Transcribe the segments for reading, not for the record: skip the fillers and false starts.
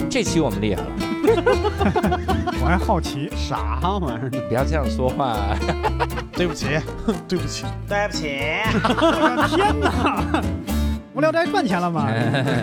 这期我们厉害了。 我还好奇啥玩意儿？ 不要这样说话。 对不起，对不起， 对不起。 我的天哪！无聊斋赚钱了吗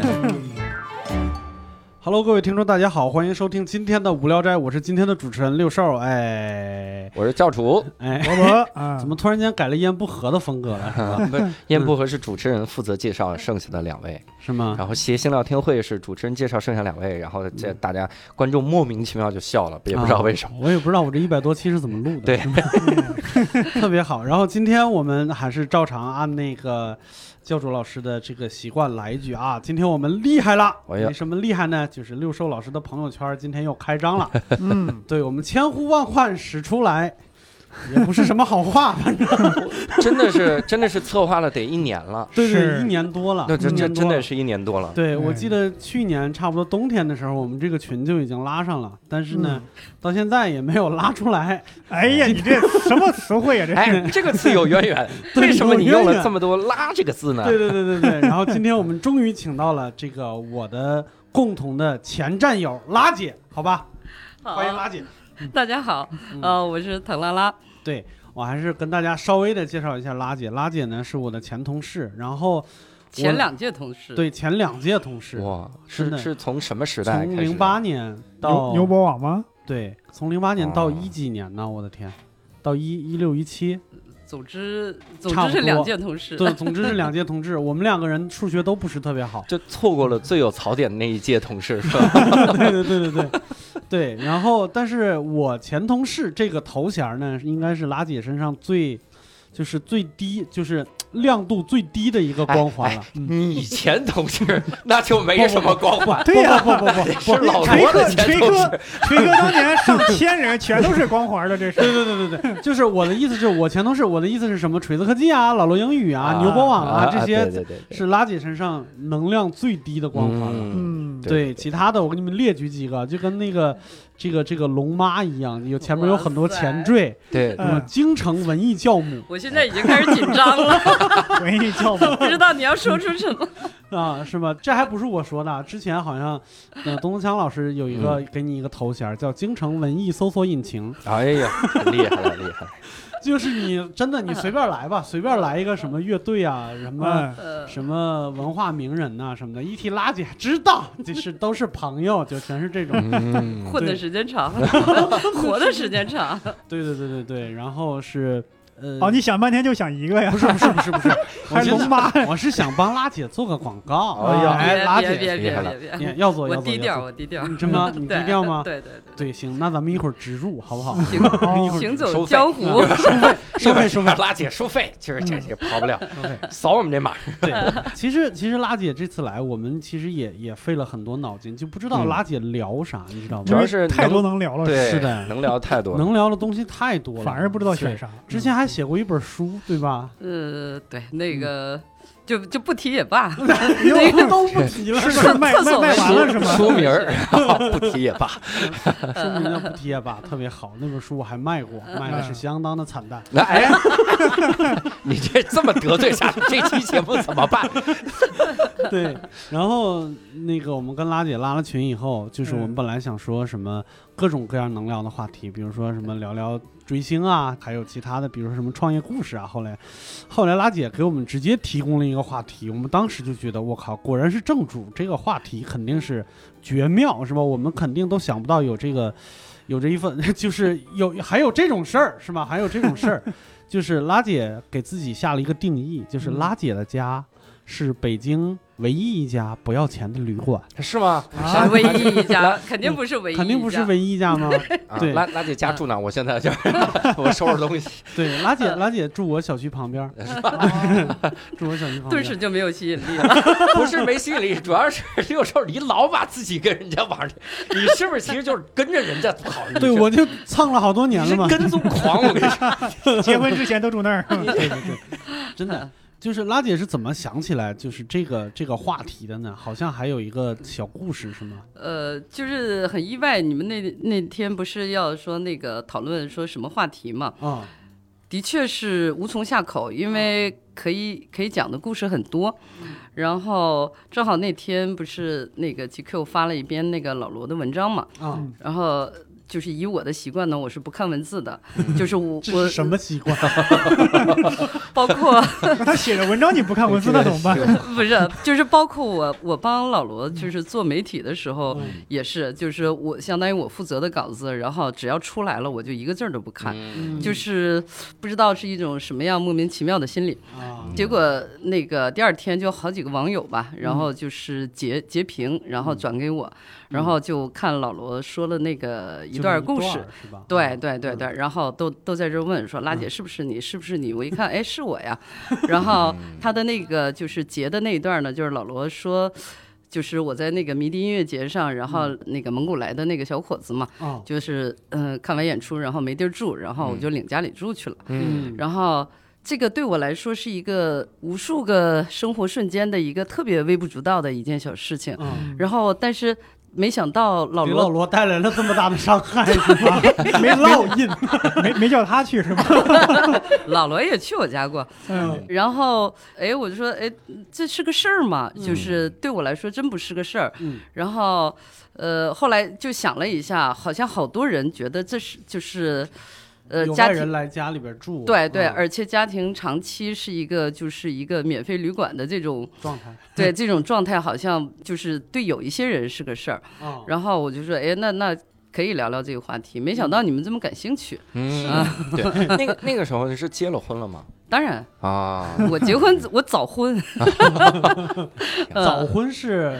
？Hello， 各位听众，大家好，欢迎收听今天的无聊斋，我是今天的主持人六兽。哎， 我是教主。 哎， 我怎么突然间改了一言不合的风格了？ 不是，一言不合是主持人负责介绍剩下的两位， 是吗？ 然后谐星聊天会是主持人介绍剩下两位，然后这大家观众莫名其妙就笑了，也不知道为什么。 我也不知道我这100多期是怎么录的。 对， 特别好。然后今天我们还是照常按那个教主老师的这个习惯来一句啊，今天我们厉害了。为什么厉害呢？就是六兽老师的朋友圈今天又开张了。对，我们千呼万唤使出来，也不是什么好话，反正真的是策划了得1年了。 对对，1年多了。 那这真的是1年多了。 对，我记得去年差不多冬天的时候，我们这个群就已经拉上了，但是呢，到现在也没有拉出来。 哎呀，你这什么词汇呀？ 这个词有渊源。为什么你用了这么多“拉”这个字呢？ 对。然后今天我们终于请到了这个我的共同的前战友拉姐，好吧？欢迎拉姐。 大家好，我是滕拉拉。 对，我还是跟大家稍微的介绍一下拉姐。拉姐呢是我的前同事，然后前2届同事。 对，前2届同事。 哇，是从什么时代开始？ 从08年到牛博网吗？ 对，从08年到1几年呢？我的天，到16、17。 总之是2届同事。 对，总之是2届同事。我们2个人数学都不是特别好， 就错过了最有槽点的那一届同事，是吧？ 对。然后，但是我前同事这个头衔呢，应该是拉姐身上最低，就是亮度最低的一个光环了。 你前同事那就没什么光环。 对呀，不， 是老罗的前同事。 锤哥当年上千人全都是光环的，这是。 对，就是我的意思，就是我前同事，我的意思是什么？锤子科技啊，老罗英语啊，牛博网啊，这些是拉姐身上能量最低的光环了。对，其他的我给你们列举几个，就跟那个这个龙妈一样，前面有很多前缀。 对， 京城文艺教母。 我现在已经开始紧张了。 文艺教母， 不知道你要说出什么啊？是吗？这还不是我说的，之前好像董东强老师有一个给你一个头衔，叫京城文艺搜索引擎。 哎呀，厉害了！ 就是你真的你随便来吧，随便来一个什么乐队啊，什么文化名人呐、什么的，一提拉姐知道，这都是朋友，就全是这种。 混的时间长，活的时间长。 对，然后是。 你想半天就想一个呀？ 不是， 还是龙妈， 我是想帮拉姐做个广告。 哎呀， 拉姐别， 要做， 我低调。 你真吗？你低调吗？ 对， 行，那咱们一会儿植入好不好？ 行走江湖， 收费， 拉姐收费，就是这跑不了，扫我们这码。 对，其实拉姐这次来，我们其实也费了很多脑筋，就不知道拉姐聊啥，你知道吗？ 主要是太多能聊了， 对， 是的， 能聊太多， 能聊的东西太多了， 反而不知道选啥。 之前还写过一本书，对吧？ 对，那个就不提也罢， 那个都不提了， 是卖完了是吗？ 书名不提也罢， 书名叫不提也罢，特别好。那本书我还卖过，卖的是相当的惨淡。 哎，你这么得罪下去，这期节目怎么办？ 对，然后那个我们跟拉姐拉了群以后，就是我们本来想说什么各种各样能聊的话题，比如说什么聊聊追星啊，还有其他的，比如说什么创业故事啊。后来拉姐给我们直接提供了一个话题，我们当时就觉得我靠，果然是正主，这个话题肯定是绝妙，是吧？我们肯定都想不到有这一份，就是还有这种事儿，是吧？还有这种事儿，就是拉姐给自己下了一个定义，就是拉姐的家是北京唯一一家不要钱的旅馆， 是吗？ 唯一一家，肯定不是唯一一家， 肯定不是唯一一家吗？对， 拉姐家住哪？我现在就我收拾东西。 对，拉姐住我小区旁边，住我小区旁边， 顿时就没有吸引力了。 不是没吸引力，主要是六兽你老把自己跟人家往上，你是不是其实就是跟着人家跑？ 对，我就蹭了好多年了嘛， 跟踪狂，我跟你说， 结婚之前都住那儿。 对，真的。就是拉姐是怎么想起来就是这个话题的呢？好像还有一个小故事是吗？ 就是很意外，你们那天不是要说那个讨论说什么话题嘛？ 的确是无从下口，因为可以讲的故事很多。然后正好那天不是那个 GQ 发了一篇那个老罗的文章嘛，然后就是以我的习惯呢，我是不看文字的，就是我是什么习惯？ 包括他写的文章你不看文字那怎么办？ 不是，就是包括我帮老罗就是做媒体的时候也是，就是我相当于我负责的稿子，然后只要出来了我就一个字都不看，就是不知道是一种什么样莫名其妙的心理。结果那个第二天就好几个网友吧，然后就是截屏，然后转给我，然后就看老罗说了那个一段故事， 是吧？ 对，然后都在这问说拉姐是不是你是不是你？我一看，哎，是我呀。然后他的那个就是截的那一段呢，就是老罗说。就是我在那个迷笛音乐节上，然后那个蒙古来的那个小伙子嘛，就是看完演出，然后没地儿住，然后我就领家里住去了。然后这个对我来说是一个无数个生活瞬间的一个特别微不足道的一件小事情。然后但是没想到老罗带来了这么大的伤害，是吧？ 没烙印，没叫他去是吧？ 老罗也去我家过，然后哎，我就说哎，这是个事儿吗？就是对我来说真不是个事儿。然后后来就想了一下，好像好多人觉得这是就是家庭人来家里边住， 对，而且家庭长期是一个就是一个免费旅馆的这种状态， 对这种状态好像就是对有一些人是个事儿。然后我就说，哎，那可以聊聊这个话题。没想到你们这么感兴趣。 对，那个时候是结了婚了吗？ 当然啊， 我结婚我早婚， 早婚是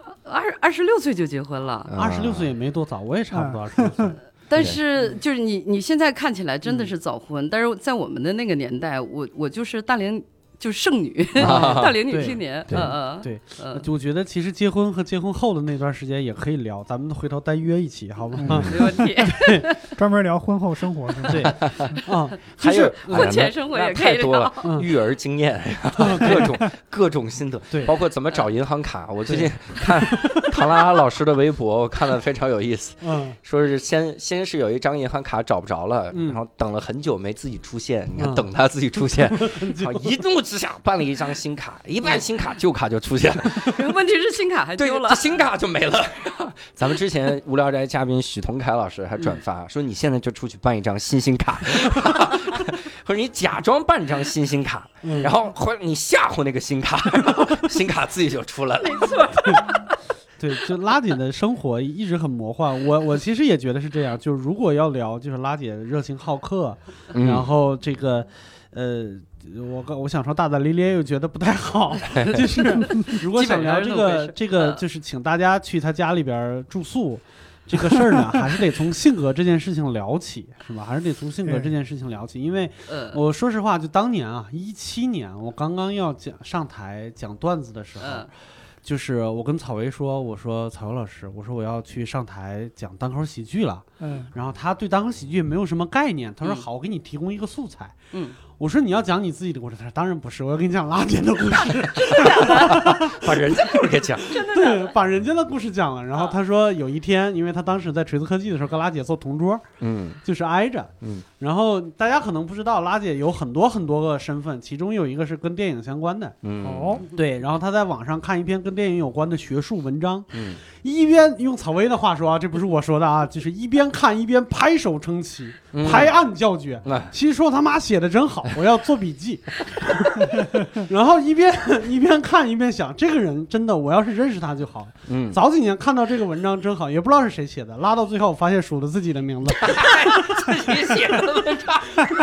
26岁就结婚了 ，26岁也没多早，我也差不多26岁。 但是就是你现在看起来真的是早婚，但是在我们的那个年代，我就是大龄就是剩女，大龄女青年。 对，我觉得其实结婚和结婚后的那段时间也可以聊，咱们回头单约一起，好吗？ 没问题。 专门聊婚后生活。 对， 还有婚前生活也可以聊，太多了，育儿经验，各种心得， 对， 包括怎么找银行卡。我最近看唐拉老师的微博，我看了非常有意思。说是先是有一张银行卡找不着了，然后等了很久没自己出现，你看等他自己出现，一怒之下办了一张新卡，一办新卡旧卡就出现了， 问题是新卡还丢了， 新卡就没了。咱们之前无聊斋嘉宾许同凯老师还转发说，你现在就出去办一张新卡，或者你假装办一张新卡，然后或者你吓唬那个新卡，新卡自己就出来了。 没错。 对，就拉姐的生活一直很魔幻。我其实也觉得是这样。就是如果要聊，就是拉姐热情好客，然后这个我想说大大咧咧又觉得不太好，就是如果想聊这个就是请大家去他家里边住宿这个事儿呢，还是得从性格这件事情聊起，是吧？还是得从性格这件事情聊起，因为我说实话，就当年啊，17年我刚刚要上台讲段子的时候。就是我跟草薇说，我说草薇老师，我说我要去上台讲单口喜剧了，然后他对单口喜剧没有什么概念，他说好，我给你提供一个素材，我说你要讲你自己的故事，他说当然不是，我要给你讲拉姐的故事， 把人家故事给讲， 对，把人家的故事讲了。然后他说有一天，因为他当时在锤子科技的时候跟拉姐做同桌，就是挨着，然后大家可能不知道，拉姐有很多个身份，其中有一个是跟电影相关的，对，然后他在网上看一篇跟电影有关的学术文章，一边用草薇的话说啊，这不是我说的啊，就是一边看一边拍手称奇，拍案叫绝，其实说他妈写的真好，我要做笔记。然后一边看一边想，这个人真的，我要是认识他就好。早几年看到这个文章真好，也不知道是谁写的，拉到最后我发现数了自己的名字， 自己写的文章。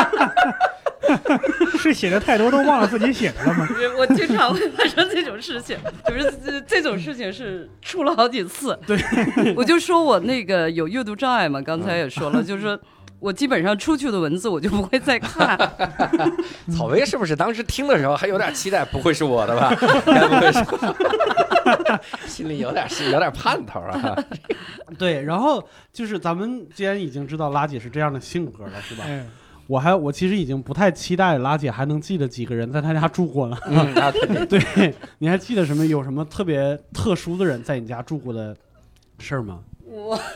是写的太多都忘了自己写的了吗？ 我经常会发生这种事情，就是这种事情是出了好几次。 对， 我就说我那个有阅读障碍嘛，刚才也说了，就是说我基本上出去的文字我就不会再看。 草薇是不是当时听的时候还有点期待，不会是我的吧？该不会是？心里有点盼头啊。 对，然后就是咱们既然已经知道拉姐是这样的性格了，是吧？我其实已经不太期待拉姐还能记得几个人在她家住过了。对，你还记得有什么特别特殊的人在你家住过的事儿吗？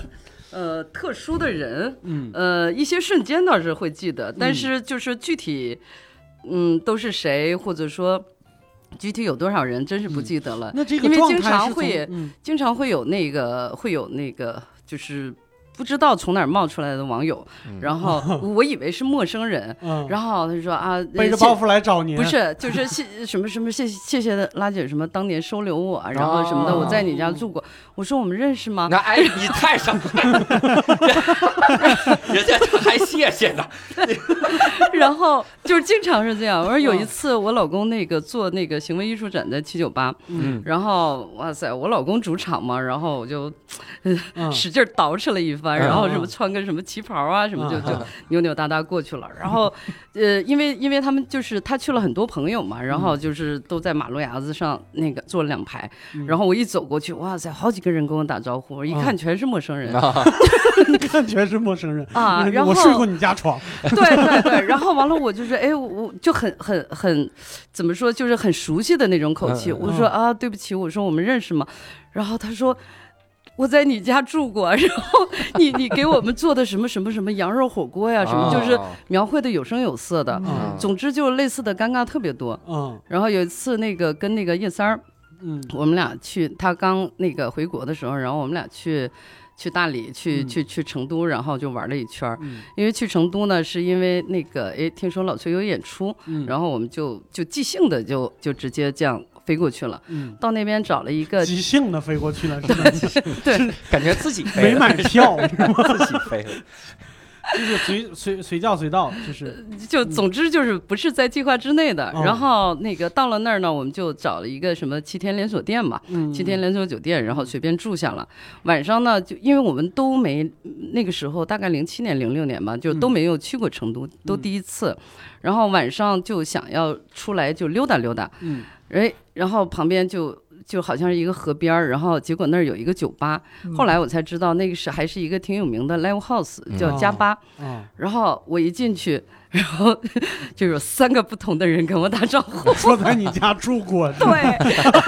特殊的人，一些瞬间倒是会记得，但是就是具体，都是谁，或者说具体有多少人，真是不记得了。 那这个因为经常会有那个就是不知道从哪儿冒出来的网友，然后我以为是陌生人，然后他就说啊， 背着包袱来找您， 不是，就是什么谢谢的拉姐什么当年收留我，然后什么的，我在你家住过。我说我们认识吗？ 那哎，你太伤害了，人家就还谢谢呢。 然后就是经常是这样。我说有一次我老公那个做那个行为艺术展在798，然后哇塞，我老公主场嘛，然后我就使劲捯饬了一番，然后什么穿个什么旗袍啊什么就扭扭哒哒过去了。然后因为他们就是他去了很多朋友嘛，然后就是都在马路牙子上那个坐了2排，然后我一走过去，哇塞，好几个人跟我打招呼，一看全是陌生人， 你看全是陌生人啊。然后我睡过你家床， 对，然后完了我就是我就很怎么说，就是很熟悉的那种口气。我说啊，对不起，我说我们认识吗？然后他说我在你家住过，然后你给我们做的什么什么什么羊肉火锅呀，什么就是描绘的有声有色的，总之就类似的尴尬特别多。然后有一次那个跟那个叶三儿，我们俩去，他刚那个回国的时候，然后我们俩去大理，去成都，然后就玩了一圈。因为去成都呢，是因为那个听说老崔有演出，然后我们就即兴的就直接这样飞过去了。到那边找了一个即兴的飞过去了， 对， 感觉自己飞了， 没买票，是吗？ 自己飞了。 就是随叫随到， 就总之就是不是在计划之内的。然后那个到了那儿呢，我们就找了一个什么7天连锁店嘛，7天连锁酒店，然后随便住下了。晚上呢，就因为我们都没那个时候大概07年06年吧，就都没有去过成都，都第一次。然后晚上就想要出来就溜达溜达，然后旁边就好像是一个河边，然后结果那儿有一个酒吧，后来我才知道那个还是一个挺有名的 live house， 叫加巴。然后我一进去，然后就有3个不同的人跟我打招呼， 说在你家住过。 对。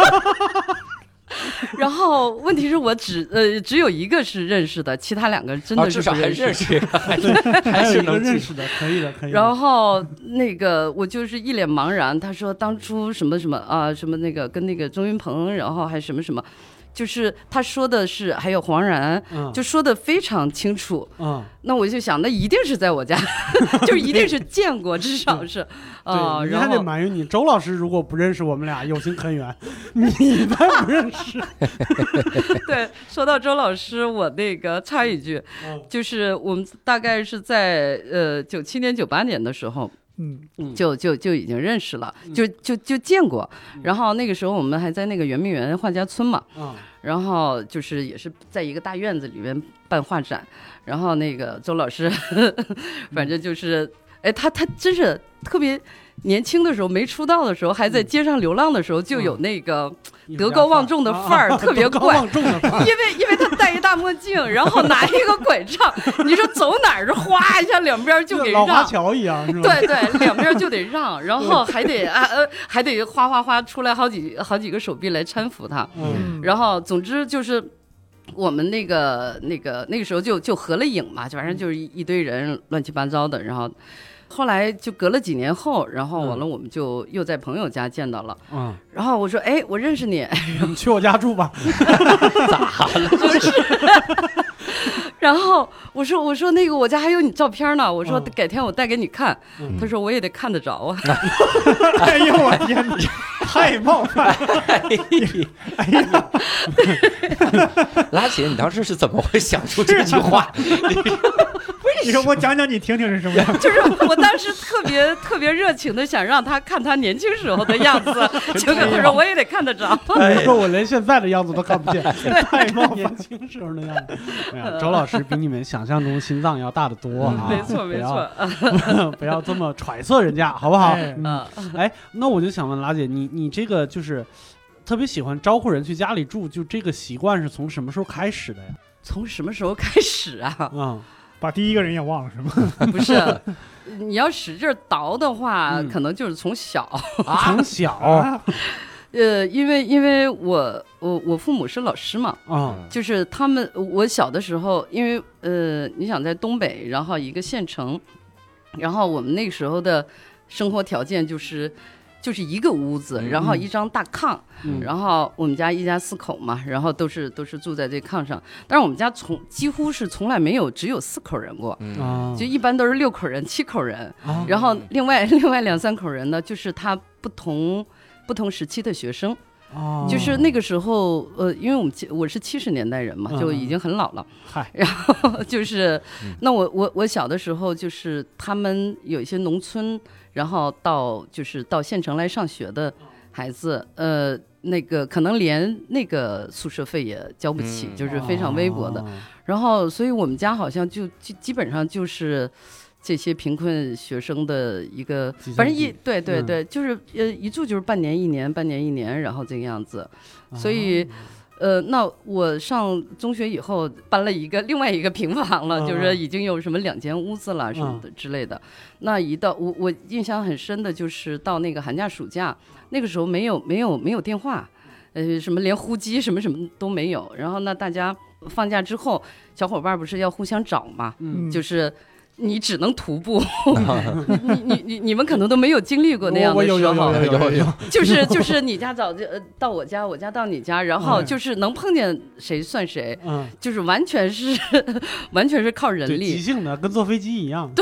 然后问题是我只有一个是认识的，其他2个真的是不认识， 还是能认识的，可以的。 然后那个我就是一脸茫然，他说当初什么什么啊，什么那个跟那个钟云鹏，然后还什么什么。就是他说的是还有黄然，就说的非常清楚。那我就想，那一定是在我家，就是一定是见过，至少是啊。你还得埋怨你周老师，如果不认识我们俩，有情可原，你才不认识。 对，说到周老师，我那个插一句，就是我们大概是在97年98年的时候。就已经认识了，就见过。然后那个时候我们还在那个圆明园画家村嘛，然后就是也是在一个大院子里面办画展。然后那个周老师，反正就是，他真是特别年轻的时候，没出道的时候，还在街上流浪的时候，就有那个德高望重的范儿，特别怪。因为他戴一大墨镜，然后拿一个拐杖，你说走哪儿，哗一下两边就给让， 老华侨一样，是吧？ 对，两边就得让，然后还得哗出来好几个手臂来搀扶他。然后总之就是我们那个时候就合了影嘛，反正就是一堆人乱七八糟的，然后。后来就隔了几年后，然后完了我们就又在朋友家见到了。然后我说，我认识你， 你去我家住吧。 咋了？ 然后我说那个我家还有你照片呢，我说改天我带给你看。他说我也得看得着啊。 哎呦我天哪，太冒犯了！哎呀， 拉姐，你当时是怎么会想出这句话？ 你说我讲讲你听听是什么样？ 就是我当时特别热情的想让他看他年轻时候的样子，结果他说我也得看得着。 你说我连现在的样子都看不见，太冒犯年轻时候的样子。周老师比你们想象中心脏要大得多啊！ 没错， 不要这么揣测人家，好不好？那我就想问拉姐，你这个就是特别喜欢招呼人去家里住，就这个习惯是从什么时候开始的呀？ 从什么时候开始啊？ 把第一个人也忘了是吗？ 不是，你要使劲倒的话，可能就是从小。 从小。 因为我父母是老师嘛，就是他们我小的时候，因为你想在东北，然后一个县城，然后我们那个时候的生活条件就是一个屋子，然后一张大炕，然后我们家一家4口嘛，然后都是住在这炕上，但是我们家几乎是从来没有只有4口人过，就一般都是6口人、7口人，然后另外2-3口人呢，就是他不同时期的学生。就是那个时候，因为我是70年代人嘛，就已经很老了。然后就是，那我小的时候，就是他们有一些农村，然后到县城来上学的孩子，那个可能连那个宿舍费也交不起，就是非常微薄的。然后，所以我们家好像就基本上就是。这些贫困学生的一个，反正对，就是一住就是半年一年，然后这个样子，所以那我上中学以后搬了另外一个平房了，就是已经有什么2间屋子了什么的之类的。那一到我印象很深的就是到那个寒假暑假，那个时候没有电话，什么连呼机什么都没有。然后那大家放假之后，小伙伴不是要互相找嘛，就是。你只能徒步，你们可能都没有经历过那样的时候， 有， 就是你家早就到我家，我家到你家，然后就是能碰见谁算谁，就是完全是靠人力， 即兴的，跟坐飞机一样。 对，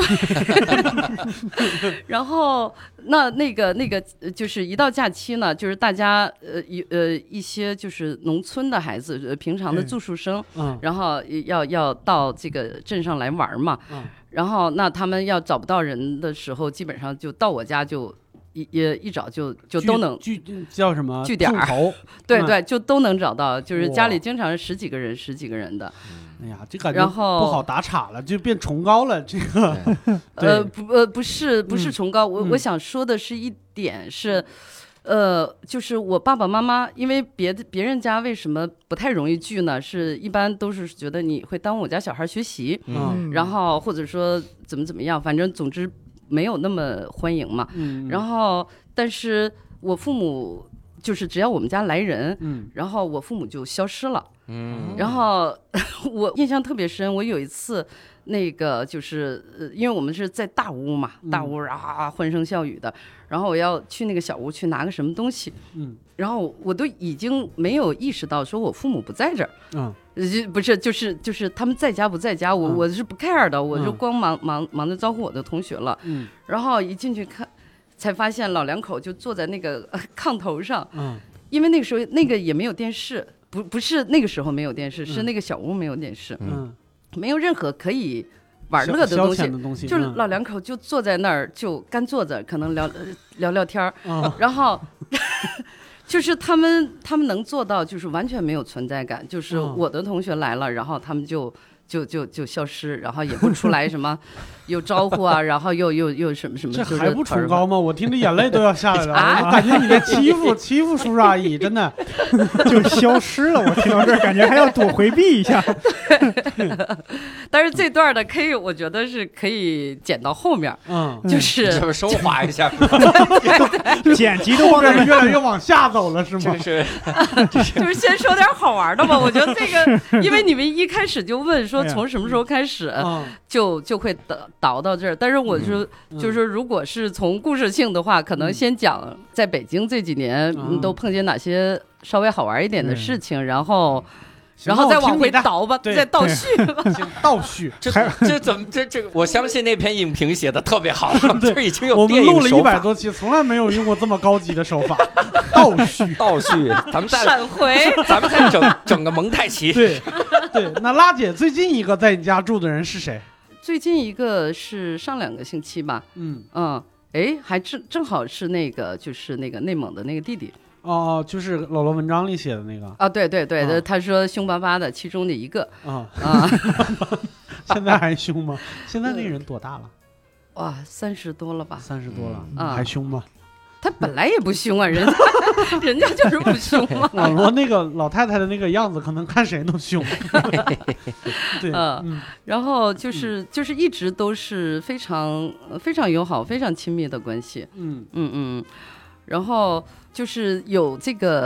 然后那个就是一到假期呢，就是大家一些就是农村的孩子，平常的住宿生，然后要到这个镇上来玩嘛。然后那他们要找不到人的时候，基本上就到我家就一找就都能叫什么据点头， 对，就都能找到，就是家里经常是十几个人的。 哎呀，这感觉不好打岔了，就变崇高了。这个不是崇高，我想说的是一点是。就是我爸爸妈妈，因为别人家为什么不太容易聚呢？是一般都是觉得你会耽误我家小孩学习，然后或者说怎么样，反正总之没有那么欢迎嘛。然后，但是我父母就是只要我们家来人，然后我父母就消失了。然后我印象特别深，我有一次。那个就是因为我们是在大屋嘛，大屋啊欢声笑语的，然后我要去那个小屋去拿个什么东西，然后我都已经没有意识到说我父母不在这儿，不是就是他们在家不在家，我是不 care 的，我就光忙着招呼我的同学了，然后一进去看，才发现老2口就坐在那个炕头上，因为那个时候那个也没有电视，不是那个时候没有电视，是那个小屋没有电视，没有任何可以玩乐的东西，就是老2口就坐在那儿，就干坐着，可能聊天然后就是他们能做到，就是完全没有存在感。就是我的同学来了，然后他们就消失，然后也不出来什么有招呼啊，然后又什么， 这还不崇高吗？我听着眼泪都要下来了，我感觉你在欺负叔叔阿姨，真的就消失了。我听到这儿，感觉还要躲回避一下。 但是这段的我觉得是可以剪到后面，就是升华一下， 剪辑的后面越来越往下走了，是吗？ 就是先说点好玩的吧。我觉得这个，因为你们一开始就问说从什么时候开始，就会倒到这儿。但是我就是如果是从故事性的话，可能先讲在北京这几年都碰见哪些稍微好玩一点的事情，然后再往回倒吧，再倒叙吧。 倒叙， 这怎么这？我相信那篇影评写的特别好，这已经有电影手法。我们录了100多期，从来没有用过这么高级的手法。倒叙， 咱们再闪回， 咱们再整个蒙太奇。 对，那拉姐最近一个在你家住的人是谁？ 最近一个是上2个星期吧。还正好是那个就是那个内蒙的那个弟弟。 就是老罗文章里写的那个啊，对，他说凶巴巴的其中的一个现在还凶吗？现在那个人多大了？ 哇，30多了吧 ？30多了，还凶吗？ 他本来也不凶啊，人家就是不凶嘛。 老罗那个老太太的那个样子，可能看谁都凶。对， 然后就是一直都是非常非常友好、非常亲密的关系。然后就是有这个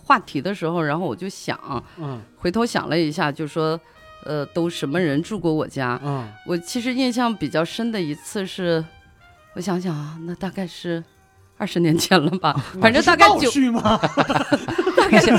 话题的时候，然后我就想，回头想了一下，就说，都什么人住过我家？我其实印象比较深的一次是，我想想啊，那大概是20年前了吧，反正大概大概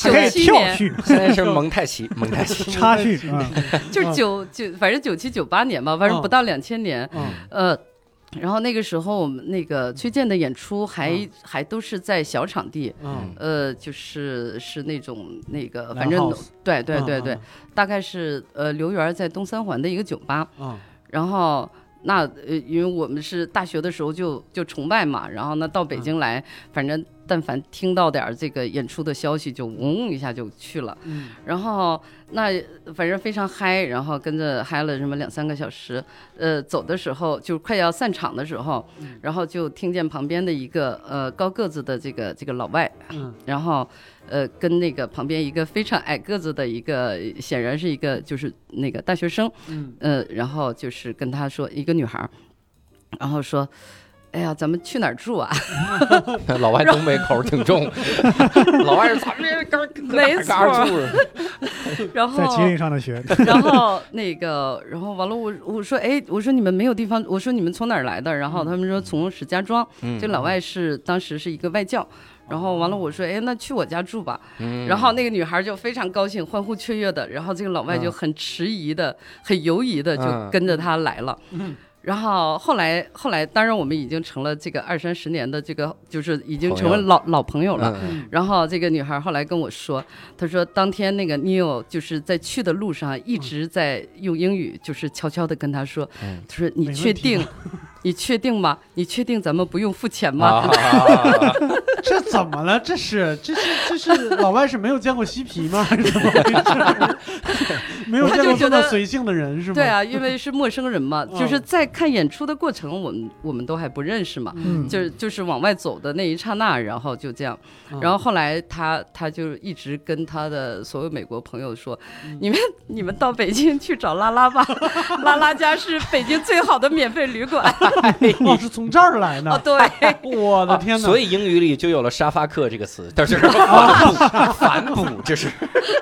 97年， 现在是蒙太奇插叙， 就反正97、98年吧，反正不到2000年，然后那个时候我们那个崔健的演出还都是在小场地，就是那种那个反正对，大概是刘源在东三环的一个酒吧，然后那因为我们是大学的时候就崇拜嘛，然后呢到北京来，反正但凡听到点这个演出的消息就嗡一下就去了，然后那反正非常嗨，然后跟着嗨了什么2-3个小时，走的时候就快要散场的时候，然后就听见旁边的一个高个子的这个老外，然后跟那个旁边一个非常矮个子的一个显然是一个就是那个大学生，然后就是跟他说一个女孩，然后说，哎呀，咱们去哪儿住啊？ 老外东北口挺重，老外是咱们没错。然后在吉林上的学， 然后然后完了，我说，哎，我说你们没有地方，我说你们从哪儿来的？然后他们说从石家庄，这老外当时是一个外教。然后完了，我说，哎，那去我家住吧。然后那个女孩就非常高兴，欢呼雀跃的。然后这个老外就很迟疑的、很犹疑的就跟着他来了。然后后来，当然我们已经成了这个20-30年的这个，就是已经成为老朋友了。然后这个女孩后来跟我说，她说当天那个 Neil 就是在去的路上一直在用英语，就是悄悄的跟他说，她说你确定？你确定吗？你确定咱们不用付钱吗？ 这怎么了？这是老外是没有见过嬉皮吗？还是怎么回事？没有见过这么随性的人是吗？ 对啊，因为是陌生人嘛，就是在看演出的过程，我们都还不认识嘛，就是往外走的那一刹那，然后就这样，然后后来他就一直跟他的所有美国朋友说，你们到北京去找拉拉吧，拉拉家是北京最好的免费旅馆。 我是从这儿来的。 对， 我的天哪！ 所以英语里就有了沙发客这个词，但是反哺，这是。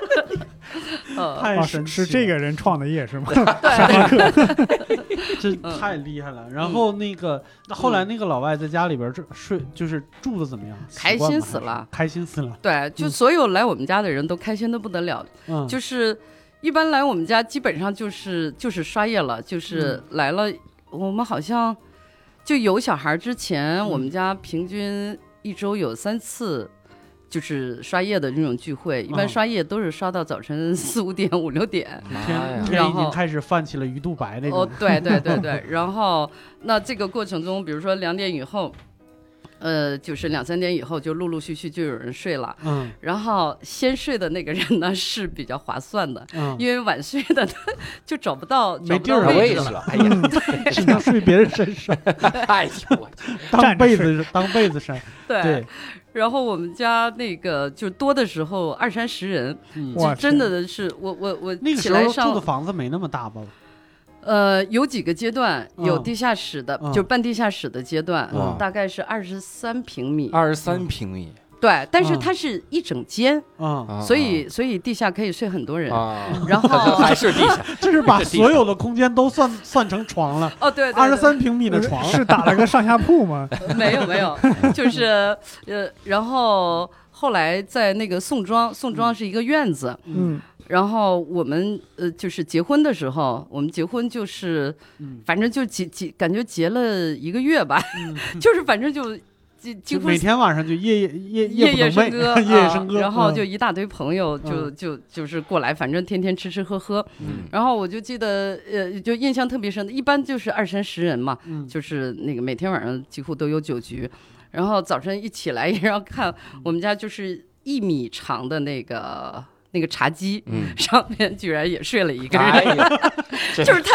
太神奇是这个人创的业是吗？ 沙发客， 这太厉害了。然后后来那个老外在家里边睡，就是住的怎么样？ 开心死了， 开心死了。 对，就所有来我们家的人都开心的不得了。就是一般来我们家基本上就是刷夜了，就是来了。我们好像就有小孩之前，我们家平均1周有3次，就是刷夜的这种聚会。一般刷夜都是刷到早晨4、5点、5、6点， 天已经开始泛起了鱼肚白那种。 对。然后那这个过程中，比如说2点以后。就是2、3点以后就陆陆续续就有人睡了，然后先睡的那个人呢是比较划算的，因为晚睡的就找不到没地儿位置了，哎呀， 只能睡别人身上， 哎呦， 当被子晒，对。 然后我们家那个就多的时候20-30人，就真的是我那个时候住的房子没那么大吧？ 有几个阶段，有地下室的，就是半地下室的阶段，大概是23平米。 23平米。 对，但是它是一整间，所以地下可以睡很多人。然后还是地下， 这是把所有的空间都算成床了。 对 ，23平米的床是打了个上下铺吗？ 没有，就是然后后来在那个宋庄是一个院子，然后我们就是结婚的时候，我们结婚就是，反正就感觉结了1个月吧，就是反正就几乎每天晚上就夜笙歌， 夜笙歌， 然后就一大堆朋友就是过来，反正天天吃喝喝，然后我就记得就印象特别深，一般就是20-30人嘛，就是那个每天晚上几乎都有酒局，然后早晨一起来，然后看我们家就是1米长的那个茶几，上面居然也睡了一个人，就是他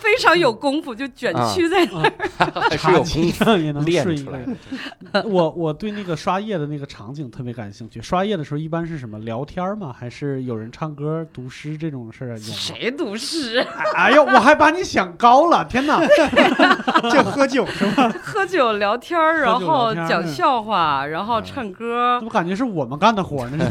非常有功夫，就卷曲在那儿， 还是有功夫也能练出来的。我对那个刷夜的那个场景特别感兴趣。刷夜的时候一般是什么聊天吗？还是有人唱歌读诗这种事儿？ 谁读诗？ 哎呦，我还把你想高了，天哪！ 就喝酒是吧？ 喝酒聊天，然后讲笑话，然后唱歌。 怎么感觉是我们干的活呢？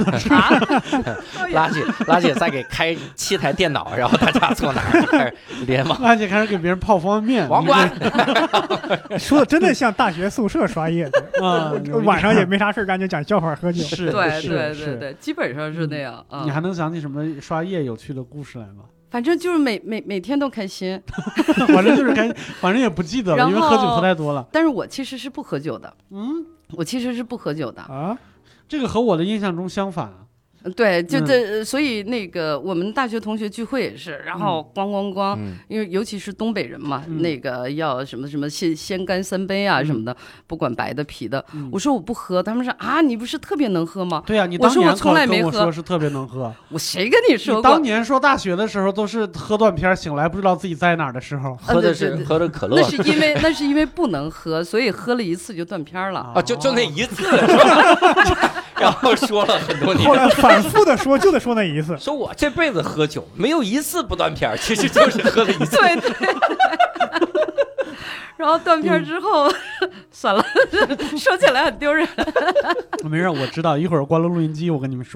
拉姐再给开7台电脑，然后大家坐哪儿开始联网。 拉姐开始给别人泡方便面。 王冠说的真的像大学宿舍刷夜啊， 晚上也没啥事干，就讲笑话喝酒。 是， 对，基本上是那样。 你还能想起什么刷夜有趣的故事来吗？ 反正就是每天都开心， 反正就是开心，反正也不记得了，因为喝酒喝太多了。 但是我其实是不喝酒的，我其实是不喝酒的啊，这个和我的印象中相反啊。 对，就这，所以那个我们大学同学聚会也是，然后咣，因为尤其是东北人嘛，那个要什么什么鲜干3杯啊什么的，不管白的啤的。我说我不喝，他们说啊，你不是特别能喝吗？ 对呀，你我说我从来没喝， 说是特别能喝。 我谁跟你说过？ 当年说大学的时候都是喝断片，醒来不知道自己在哪儿的时候， 喝的可乐。 那是因为不能喝，所以喝了一次就断片了啊，就那一次，是吧？然后说了很多年， 后来反复的说，就得说那一次。 说我这辈子喝酒没有一次不断片，其实就是喝了一次。 对。然后断片之后，算了，说起来很丢人。 没事，我知道，一会儿关了录音机，我跟你们说。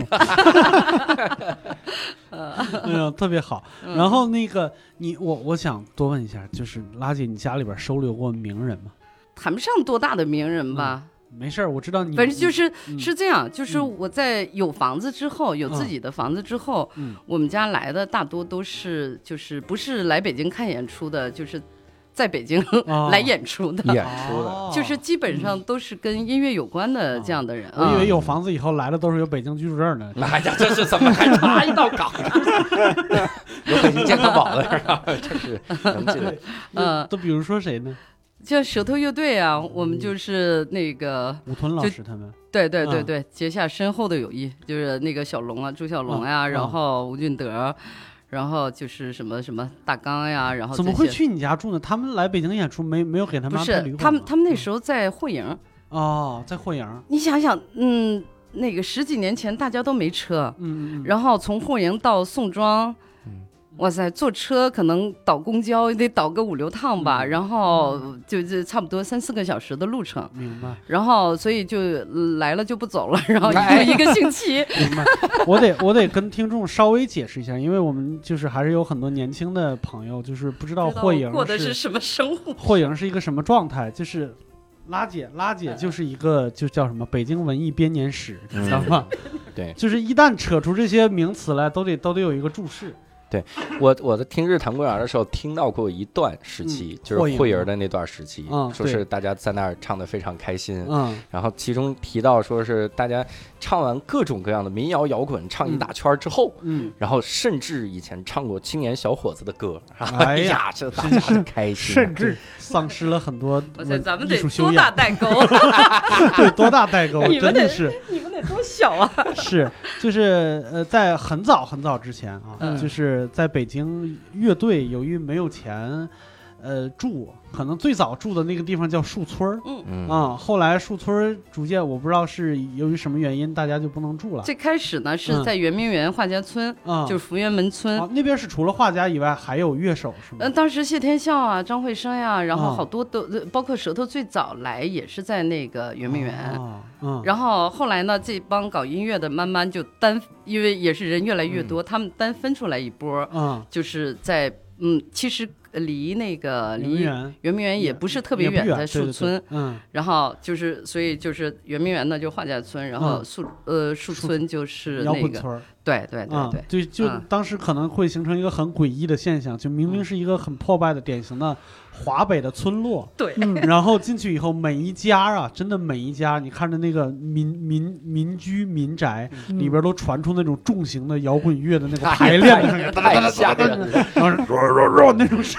特别好。然后那个我想多问一下，就是拉姐，你家里边收留过名人吗？ 谈不上多大的名人吧。 没事，我知道你。 反正是这样，就是我在有房子之后，有自己的房子之后，我们家来的大多都是就是不是来北京看演出的，就是在北京来演出的，就是基本上都是跟音乐有关的这样的人。 我以为有房子以后来的都是有北京居住证的。 哎呀，这是怎么还插一道岗？有北京健康宝的是吧？这是能进来。 都比如说谁呢？ 像舌头乐队啊，我们就是那个武吞老师他们， 对，结下深厚的友谊，就是那个小龙啊，朱小龙呀，然后吴俊德，然后就是什么大刚呀，然后怎么会去你家住呢？他们来北京演出没有给他们安排旅馆吗？ 他们那时候在霍营。 在霍营。 你想想，那个10几年前大家都没车，然后从霍营到宋庄。哇塞，坐车可能倒公交也得倒个5、6趟吧，然后就差不多3、4个小时的路程。 明白。 然后所以就来了就不走了，然后一个星期。 明白。我得跟听众稍微解释一下，因为我们就是还是有很多年轻的朋友，就是不知道霍营过的是什么生活， 霍营是一个什么状态，就是。拉姐就是一个就叫什么北京文艺编年史，你知道吗？ 对， 就是一旦扯出这些名词来，都得有一个注释。 对，我在听日坛公园的时候听到过一段时期，就是会营的那段时期，说是大家在那儿唱得非常开心，然后其中提到说是大家唱完各种各样的民谣摇滚，唱一大圈之后，然后甚至以前唱过青年小伙子的歌，哎呀，这大家的开心， 甚至丧失了很多咱们得多大代沟， 对，多大代沟，真的是你们得多小啊！ 是，就是在很早之前啊，就是在北京乐队由于没有钱，住可能最早住的那个地方叫树村后来树村逐渐我不知道是由于什么原因，大家就不能住了。 最开始呢是在圆明园画家村，就是福源门村， 那边是除了画家以外还有乐手是吗？ 当时谢天笑啊、张惠生呀，然后好多都包括舌头最早来也是在那个圆明园，然后后来呢这帮搞音乐的慢慢就因为也是人越来越多，他们单分出来一波，就是在其实离圆明园也不是特别远，在树村，然后就是所以就是圆明园呢就画家村，然后树村就是那个对， 就当时可能会形成一个很诡异的现象，就明明是一个很破败的典型的华北的村落， 对， 然后进去以后每一家啊，真的每一家，你看着那个民居民宅里边都传出那种重型的摇滚乐的那个排练的声音， 太吓人了， 然后那种声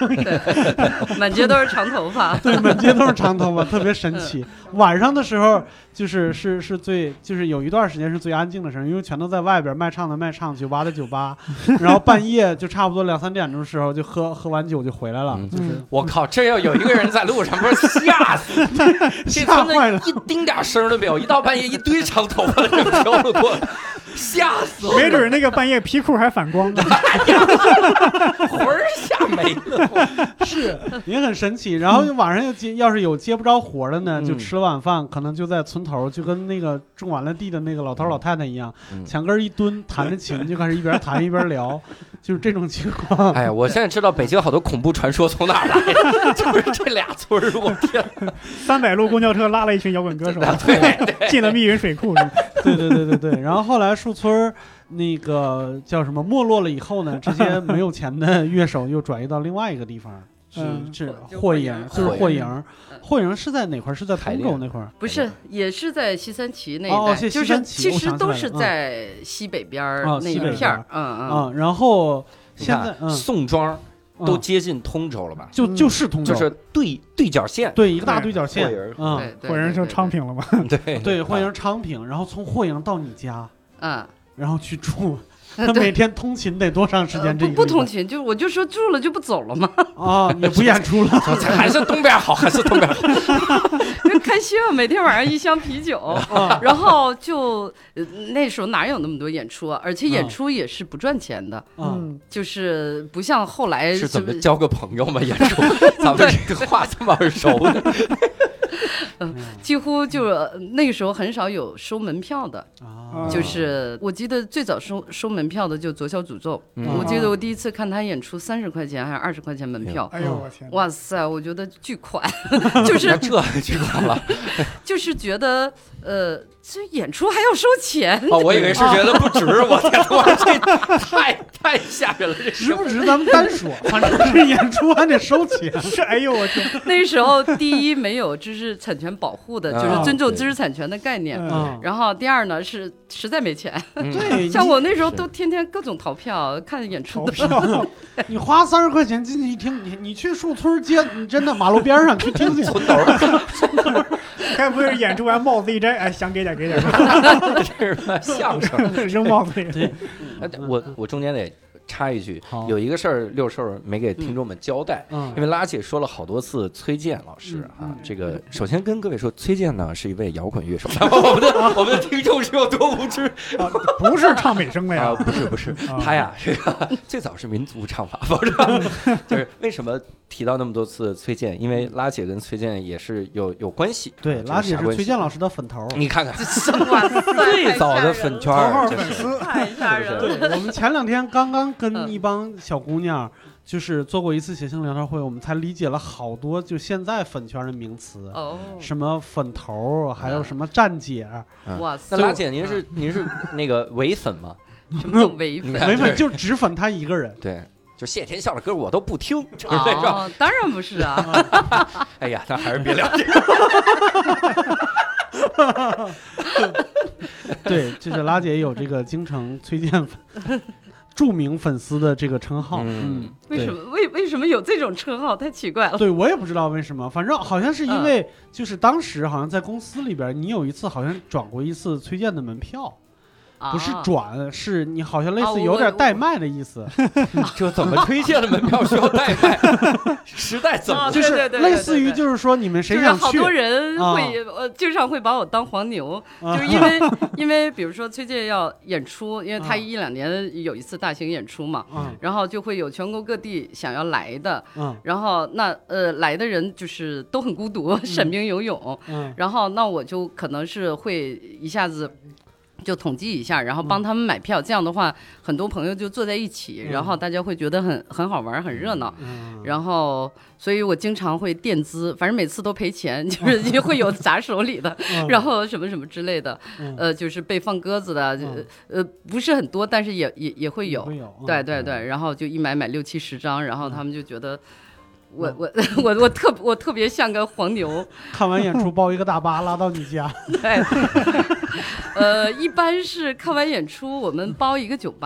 对，满街都是长头发， 对，满街都是长头发，特别神奇。晚上的时候是最就是有一段时间是最安静的时候，因为全都在外边，卖唱的卖唱，酒吧的酒吧，然后半夜就差不多2、3点钟的时候就喝完酒就回来了。就是我靠，这要有一个人在路上，不是吓死， 吓坏了， 一丁点声都没有，一到半夜一堆长头发的人飘了过来。吓死我！ 没准那个半夜皮裤还反光呢， 魂儿吓没了。 是也很神奇。然后晚上要是有接不着活的呢，就吃了晚饭，可能就在村头，就跟那个种完了地的那个老头老太太一样，墙根一蹲，弹着琴就开始一边弹一边聊，就是这种情况。 哎呀，我现在知道北京好多恐怖传说从哪儿来，就是这俩村儿，我天 ！300路公交车拉了一群摇滚歌手， 对， 进了密云水库。 对。然后后来树村那个叫什么没落了以后呢，这些没有钱的乐手又转移到另外一个地方，是霍营，就是霍营。霍营是在哪块？是在通州那块？ 不是，也是在西三旗那一带，就是其实都是在西北边那一片儿。 然后现在宋庄都接近通州了吧？ 就是通州， 就是对角线， 对，一个大对角线。 霍营就昌平了嘛？ 对，霍营昌平，然后从霍营到你家，然后去住。 他每天通勤得多长时间？ 不通勤，就我就说住了就不走了吗？ 也不演出了， 还是东边好，还是东边好。 开心啊！每天晚上一箱啤酒，然后就那时候哪有那么多演出啊？而且演出也是不赚钱的，就是不像后来是怎么交个朋友嘛？演出，咱们这个话这么耳熟的。 几乎就那个时候很少有收门票的，就是我记得最早收门票的就左小诅咒，我记得我第一次看他演出30块钱还是20块钱门票， 哎呦我天， 哇塞，我觉得巨款，就是这巨款了， 就是觉得这演出还要收钱我以为是觉得不值，我天，我这太吓人了，这值不值咱们单说，反正是演出还得收钱， 是哎呦我天， 那时候第一没有知识产权保护的，就是尊重知识产权的概念，然后第二呢是实在没钱， 对， 像我那时候都天天各种逃票看演出的， 你花30块钱进去一听，你去树村街，你真的马路边上去听听， 村头， 该不会是演出完帽子一摘，哎，想给点给点， 这是相声， 扔帽子里。 对， 我中间得插一句，有一个事儿六兽没给听众们交代，因为拉姐说了好多次崔健老师啊，这个首先跟各位说，崔健呢是一位摇滚乐手，我们的听众是有多无知， 不是唱美声的呀， 不是，他呀这个最早是民族唱法，不是，就是为什么提到那么多次崔健，因为拉姐跟崔健也是有关系， 对，拉姐是崔健老师的粉头， 你看看，最早的粉圈， 头号粉丝， 太吓人了。 对，我们前2天刚刚跟一帮小姑娘就是做过一次谐星聊天会，我们才理解了好多就现在粉圈的名词，什么粉头，还有什么站姐。 哇塞！ 那拉姐您是那个唯粉吗？ 什么叫唯粉？ 唯粉就只粉他一个人。 对，就谢天笑的歌我都不听。 当然不是啊。 哎呀，那还是别聊这个。 对，就是拉姐有这个京城崔健著名粉丝的这个称号。 为什么有这种称号？太奇怪了。 对，我也不知道为什么，反正好像是因为就是当时好像在公司里边，你有一次好像转过一次崔健的门票。不是转，是你好像类似有点代卖的意思。 这怎么推荐的门票需要代卖？时代怎么就是类似于就是说你们谁想去？ 好多人会经常会把我当黄牛，就是因为比如说崔健要演出，因为他1-2年有一次大型演出嘛，然后就会有全国各地想要来的，然后那来的人就是都很孤独，神兵游泳，然后那我就可能是会一下子。就统计一下，然后帮他们买票，这样的话，很多朋友就坐在一起，然后大家会觉得很好玩，很热闹。然后，所以我经常会垫资，反正每次都赔钱，就是会有砸手里的，然后什么什么之类的，就是被放鸽子的，不是很多，但是也会有。对对对，然后就一买6-7-10张，然后他们就觉得。我特别像个黄牛， 看完演出包一个大巴拉到你家。 对，一般是看完演出我们包一个酒吧，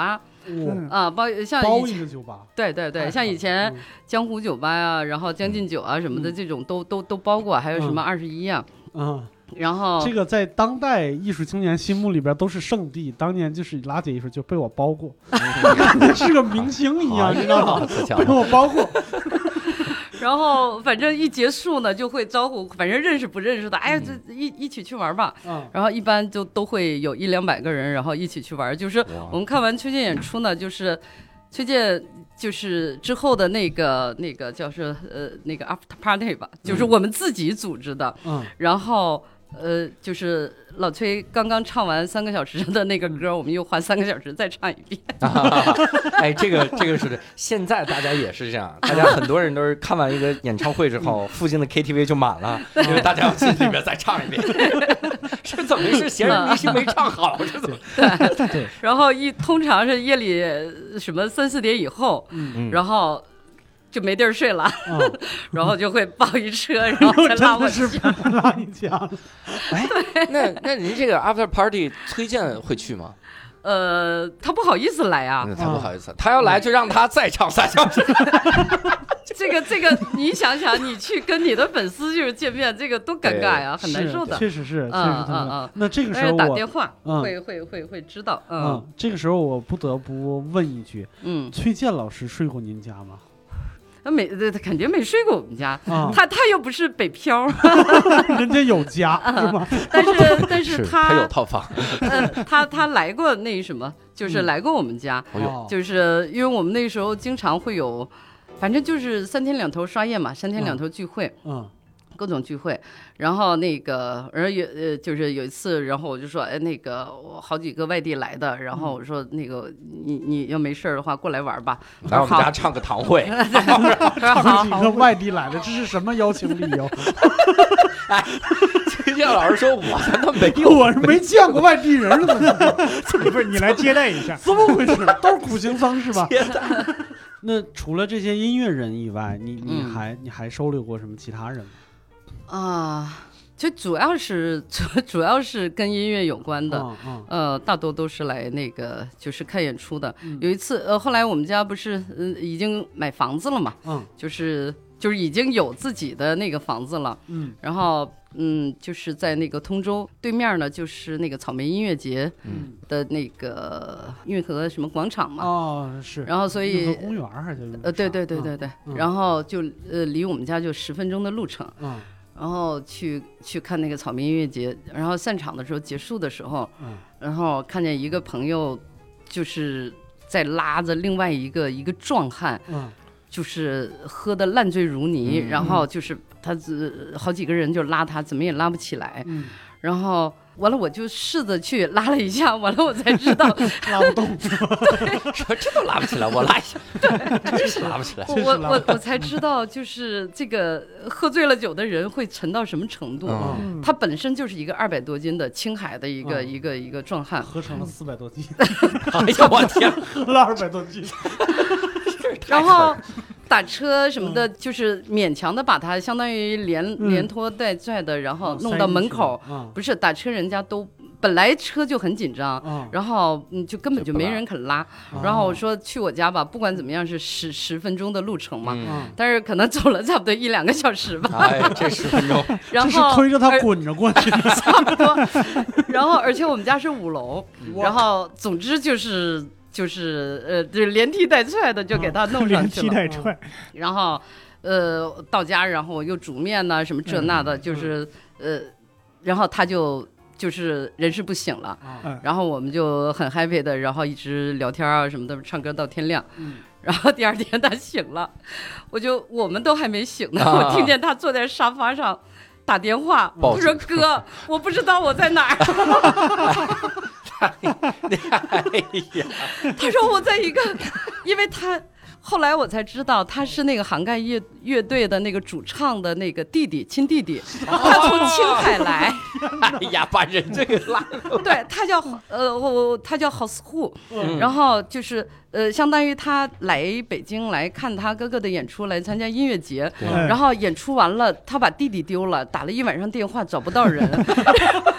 包一个酒吧， 对，像以前江湖酒吧呀，然后将进酒啊什么的这种都包过，还有什么21啊，然后这个在当代艺术青年心目里边都是圣地，当年就是拉姐艺术就被我包过，感觉是个明星一样，你知道吗？被我包过。 然后反正一结束呢，就会招呼，反正认识不认识的，哎，这一起去玩吧。然后一般就都会有100-200个人，然后一起去玩。就是我们看完崔健演出呢，就是崔健就是之后的那个叫是那个 after party 吧，就是我们自己组织的。然后就是老崔刚刚唱完3个小时的那个歌，我们又花3个小时再唱一遍。 哎，这个是的，现在大家也是这样，大家很多人都是看完一个演唱会之后，附近的 KTV 就满了，因为大家要进里面再唱一遍。是怎么回事？闲人迷心没唱好，是怎么？ 对。然后通常是夜里什么3-4点以后，然后就没地儿睡了，然后就会包一车，然后再拉我家， 拉你家。 哎，那您这个 after party 崔健会去吗？ 他不好意思来啊， 他不好意思，他要来就让他再唱3小时。 这个，你想想，你去跟你的粉丝就是见面，这个多尴尬呀，很难受的。 确实是，那这个时候打电话会知道。 这个时候我不得不问一句，崔健老师睡过您家吗？ 他肯定没睡过我们家，他又不是北漂， 人家有家是吗？ 但是他有套房， 他来过那什么，就是来过我们家，就是因为我们那时候经常会有，反正就是3天2头刷夜嘛，3天2头聚会，各种聚会，然后就是有一次，然后我就说，哎，那个我好几个外地来的，然后我说那个你要没事的话过来玩吧， 来我们家唱个堂会。 好几个外地来的，这是什么邀请理由？ 哎，崔健老师说，我真的没有， 我是没见过外地人， 不是你来接待一下， 怎么回事？都是苦行僧是吧？那除了这些音乐人以外，你还收留过什么其他人吗？ 就主要是跟音乐有关的，大多都是来那个就是看演出的。有一次，后来我们家不是已经买房子了嘛，就是已经有自己的那个房子了，然后就是在那个通州对面呢，就是那个草莓音乐节的那个运河什么广场嘛， 是， 然后所以运河公园还是对，然后就离我们家就10分钟的路程，然后去看那个草莓音乐节，然后散场的时候结束的时候，然后看见一个朋友就是在拉着另外一个壮汉，就是喝得烂醉如泥，然后就是他好几个人就拉他，怎么也拉不起来，然后完了我就试着去拉了一下，完了我才知道拉不动， 说这都拉不起来，我拉一下，真是拉不起来。 我才知道，就是这个喝醉了酒的人会沉到什么程度。他本身就是一个200多斤的青海的一个壮汉， 喝成了400多斤。 哎呀，我天， 喝了200多斤。 然后打车什么的，就是勉强的把他相当于连拖带拽的，然后弄到门口。不是打车，人家都本来车就很紧张，然后就根本就没人肯拉。然后我说去我家吧，不管怎么样是10分钟的路程嘛，但是可能走了差不多1-2个小时吧。 哎，这10分钟， 然后这是推着他滚着过去， 差不多。然后而且我们家是5楼，然后总之就是连踢带踹的就给他弄上去了，连踢带踹。 然后到家，然后又煮面呐，什么这那的，就是然后他就是人事不醒了，然后我们就很 happy 的，然后一直聊天啊什么的，唱歌到天亮。然后第2天他醒了，我们都还没醒呢，我听见他坐在沙发上打电话，我说哥，我不知道我在哪儿。 哎呀， 他说我在一个，因为他后来我才知道他是那个涵盖乐队的那个主唱的那个亲弟弟，他从青海来。 哎呀，把人这个拉。 对，他叫郝思护，然后就是相当于他来北京来看他哥哥的演出，来参加音乐节，然后演出完了，他把弟弟丢了，打了1晚上电话找不到人。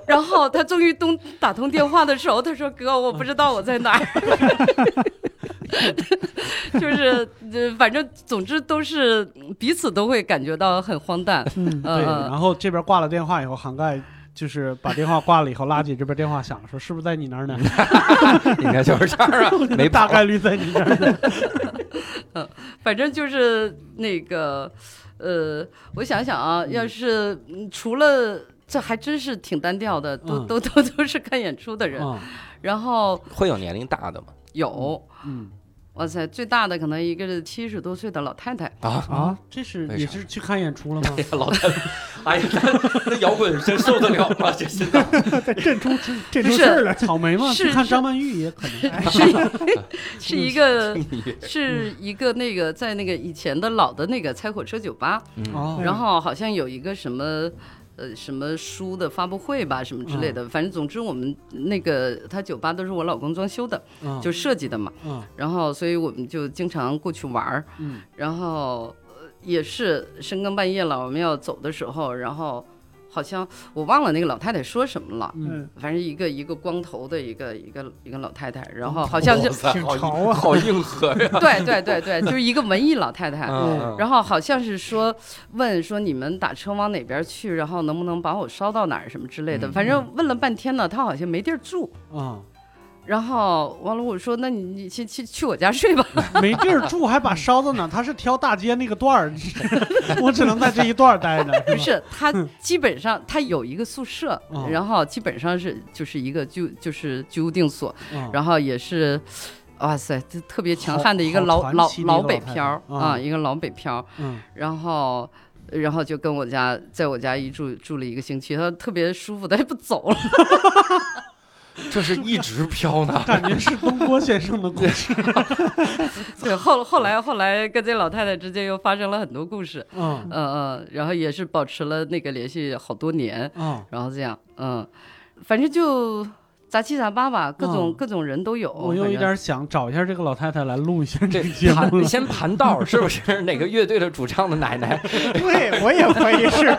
然后他终于打通电话的时候，他说：“哥，我不知道我在哪儿。”就是反正总之都是彼此都会感觉到很荒诞。 对。然后这边挂了电话以后，涵盖就是把电话挂了以后，拉姐这边电话响了，说是不是在你那儿呢？ 应该就是这儿啊，没大概率在你那儿呢。 反正就是那个我想想啊，要是除了这还真是挺单调的，都是看演出的人。然后会有年龄大的吗？ 有，哇塞，最大的可能一个是70多岁的老太太啊，这是你是去看演出了吗？ 哎呀，老太太，哎呀，那摇滚真受得了吗？这现在在震出事儿了， 草莓吗？去看张曼玉也可能是一个那个在那个以前的老的那个拆火车酒吧，然后好像有一个什么书的发布会吧，什么之类的。反正总之我们那个他酒吧都是我老公装修的，就设计的嘛。然后所以我们就经常过去玩儿。然后也是深更半夜了，我们要走的时候，然后好像我忘了那个老太太说什么了。反正一个光头的一个老太太，然后好像就挺潮啊， 好硬核呀。 对，就是一个文艺老太太。然后好像是问说你们打车往哪边去，然后能不能把我捎到哪儿什么之类的。反正问了半天呢，她好像没地儿住。然后完了，我说那你去我家睡吧。 没地儿住还把捎到哪？他是挑大街那个段儿，我只能在这一段待着。 不是，他基本上他有一个宿舍，然后基本上就是一个就是居无定所，然后也是，哇塞，特别强悍的一个老北漂啊，一个老北漂。然后就跟在我家一住了1个星期，他特别舒服，他也不走了。 这是一直飘呢， 感觉是东郭先生的故事。 对，后来跟这老太太之间又发生了很多故事。然后也是保持了那个联系好多年。然后这样，反正就杂七杂八吧，各种人都有。 我有一点想找一下这个老太太来录一下这个节目。 先盘道，是不是哪个乐队的主唱的奶奶？ 对，我也怀疑是。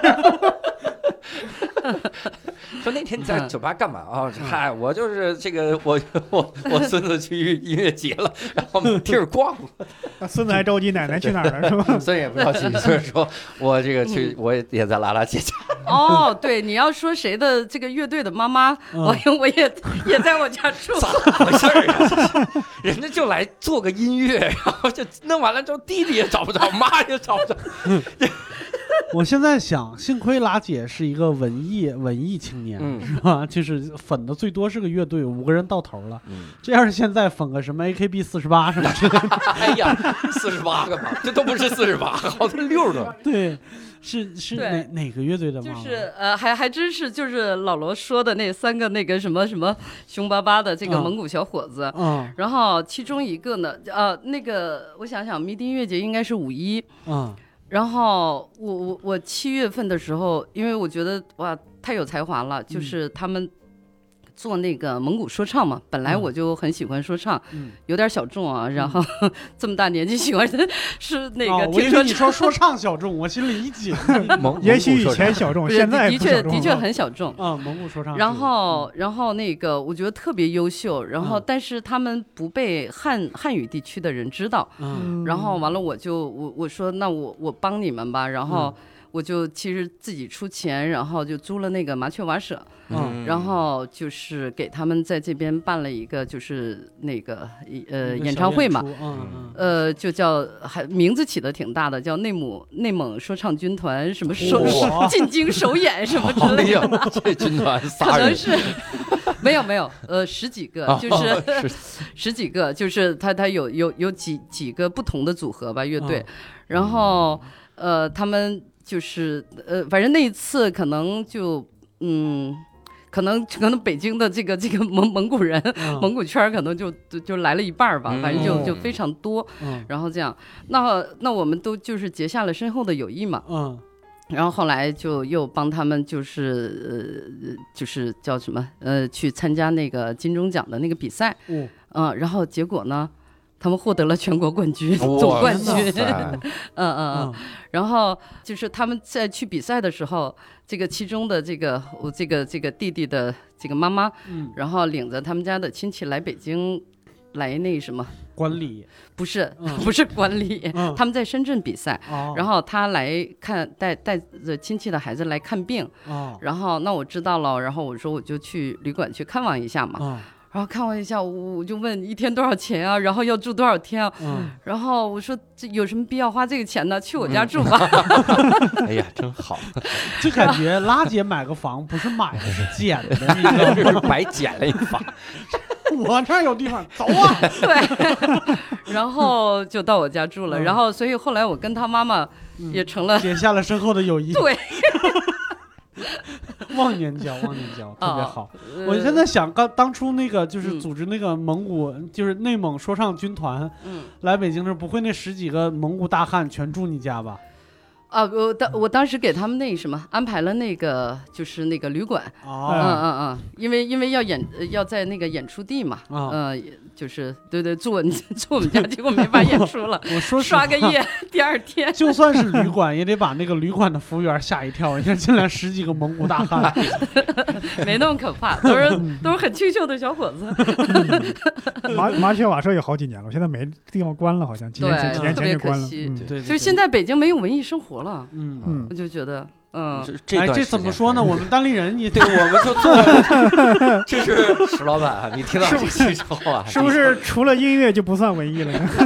说那天你在酒吧干嘛啊？嗨，我就是这个，我孙子去音乐节了，然后地儿逛了。 孙子还着急奶奶去哪儿了是吧？ 孙子也不着急，所以说我这个去，我也在拉拉姐家。 对，你要说谁的这个乐队的妈妈，我也在我家住。 咋回事啊？人家就来做个音乐，然后就弄完了之后，弟弟也找不着，妈也找不着。 我现在想，幸亏拉姐是一个文艺青年，是吧？就是粉的最多是个乐队，5个人到头了。这要是现在粉个什么 AKB48什么之类的， 哎呀，48个吧，这都不是48，好像6个。 对，是哪个乐队的吗？ 就是还真是就是老罗说的那3个那个什么凶巴巴的这个蒙古小伙子。然后其中一个呢，那个我想想，迷笛音乐节应该是5·1。然后我7月份的时候，因为我觉得哇太有才华了，就是他们做那个蒙古说唱嘛，本来我就很喜欢说唱，有点小众啊，然后这么大年纪喜欢的是那个。 我以为你说唱小众，我心里一紧。 也许以前小众，现在的确很小众啊。蒙古说唱。 然后那个我觉得特别优秀，然后但是他们不被汉语地区的人知道。然后完了我说那我帮你们吧，然后。我就其实自己出钱，然后就租了那个麻雀瓦舍，然后就是给他们在这边办了一个就是那个演唱会嘛，就叫名字起的挺大的，叫内蒙说唱军团什么进京首演什么之类的。 这军团可能是没有10几个，就是10几个，就是他有几个不同的组合吧乐队，然后他们。就是反正那一次可能就可能北京的这个蒙古人，蒙古圈可能就来了一半吧，反正就非常多，然后这样，那我们都就是结下了深厚的友谊嘛，然后后来就又帮他们就是叫什么去参加那个金钟奖的那个比赛，然后结果呢， 他们获得了全国冠军，总冠军。然后就是他们在去比赛的时候，这个其中的这个弟弟的这个妈妈，然后领着他们家的亲戚来北京，来那什么观礼？ 不是观礼，他们在深圳比赛，然后他来看带着亲戚的孩子来看病，然后那我知道了，然后我说我就去旅馆去看望一下嘛。然后看完一下，我就问一天多少钱啊？然后要住多少天啊？然后我说这有什么必要花这个钱呢？去我家住吧。 哎呀，真好！ 就感觉拉姐买个房不是买的，是捡的，你知道吗？ 这是白捡了一房。 我这儿有地方，走啊！ 对，然后就到我家住了。然后所以后来我跟他妈妈也成了结下了深厚的友谊。 对。 忘年交，特别好。我现在想，当初那个就是组织那个蒙古，就是内蒙说唱军团，来北京时，不会那10几个蒙古大汉全住你家吧？ 我当时给他们那什么安排了那个就是那个旅馆，因为要在那个演出地嘛，就是对住我们家，结果没法演出了。 我说刷个夜，第二天就算是旅馆，也得把那个旅馆的服务员吓一跳，一下进来10几个蒙古大汉， 没那么可怕，都是很清秀的小伙子。 麻雀瓦舍有好几年了，现在没地方关了，好像几年前就关了。 对， 就是现在北京没有文艺生活了。我就觉得。 这怎么说呢？我们单立人，你对我们就做了，这是石老板，你听到这期之后啊， 是不是除了音乐就不算文艺了呢？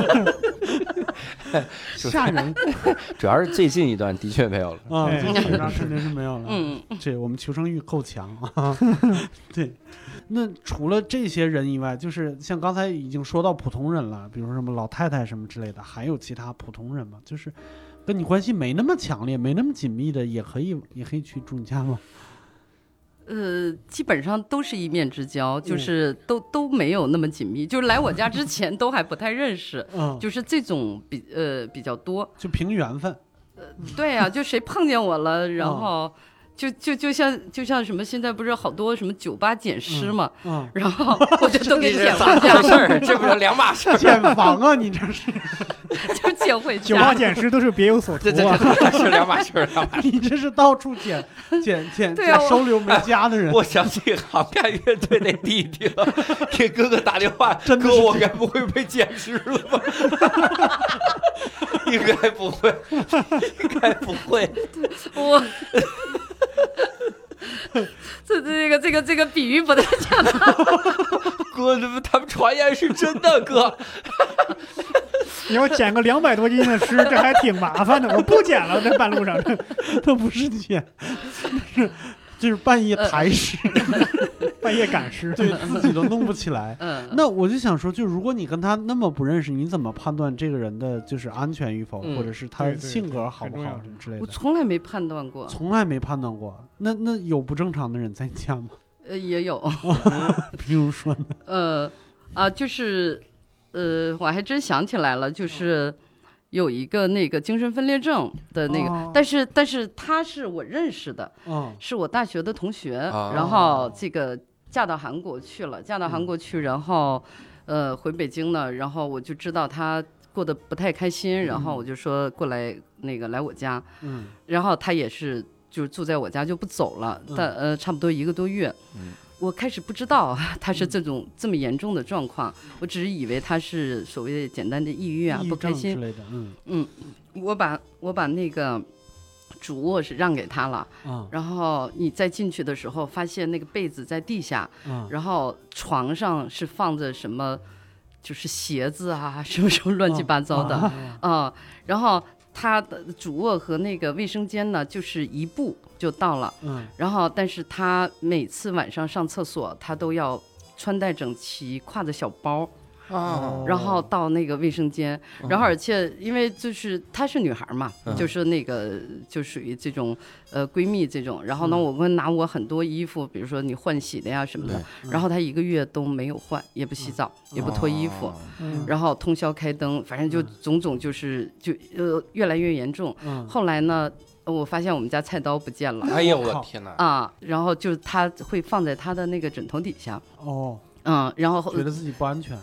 吓人！ 主要是最近一段的确没有了最近一段肯定是没有了。这我们求生欲够强啊。对，那除了这些人以外，就是像刚才已经说到普通人了，比如什么老太太什么之类的，还有其他普通人吗？就是跟你关系没那么强烈、没那么紧密的，也可以去住你家吗？ 基本上都是一面之交，就是都没有那么紧密，就是来我家之前都还不太认识，就是这种比较多， 就凭缘分。 对啊，就谁碰见我了，然后。就像什么，现在不是好多什么酒吧捡尸嘛，然后我就都给捡回家。 事儿，这不是两码事儿。 捡房啊，你这是就捡回家。 酒吧捡尸都是别有所图啊， 是两码事儿。 你这是到处捡收留没家的人。 我想起杭盖乐队那弟弟了，给哥哥打电话，哥，我该不会被捡尸了吧？应该不会， 我。这个比喻不太恰当。 哥，他们传言是真的，哥。 你要捡个200多斤的尸，这还挺麻烦的。我不捡了，在半路上， 这不是捡，就是半夜抬尸， 半夜赶尸， 对自己都弄不起来。那我就想说，就如果你跟他那么不认识，你怎么判断这个人的就是安全与否，或者是他性格好不好什么之类的？ 我从来没判断过， 那有不正常的人在你家吗？ 也有。 比如说呢？ 就是我还真想起来了，就是有一个那个精神分裂症的那个，但是他是我认识的，是我大学的同学，然后这个嫁到韩国去，然后回北京呢，然后我就知道他过得不太开心，然后我就说过来来我家，然后他也是就是住在我家就不走了，但差不多1个多月。我开始不知道他是这么严重的状况，我只是以为他是所谓的简单的抑郁啊，不开心之类的。 我把那个主卧是让给他了，然后你再进去的时候，发现那个被子在地下，然后床上是放着什么，就是鞋子啊，什么乱七八糟的，然后他的主卧和那个卫生间呢，就是1步就到了，然后但是他每次晚上上厕所，他都要穿戴整齐，挎着小包。然后到那个卫生间，然后而且因为就是她是女孩嘛，就是那个就属于这种闺蜜这种，然后呢我会拿我很多衣服，比如说你换洗的呀什么的，然后她1个月都没有换，也不洗澡，也不脱衣服，然后通宵开灯，反正就种种就是越来越严重。后来呢我发现我们家菜刀不见了， 哎呀我的天哪！ 然后就她会放在她的那个枕头底下， 然后觉得自己不安全。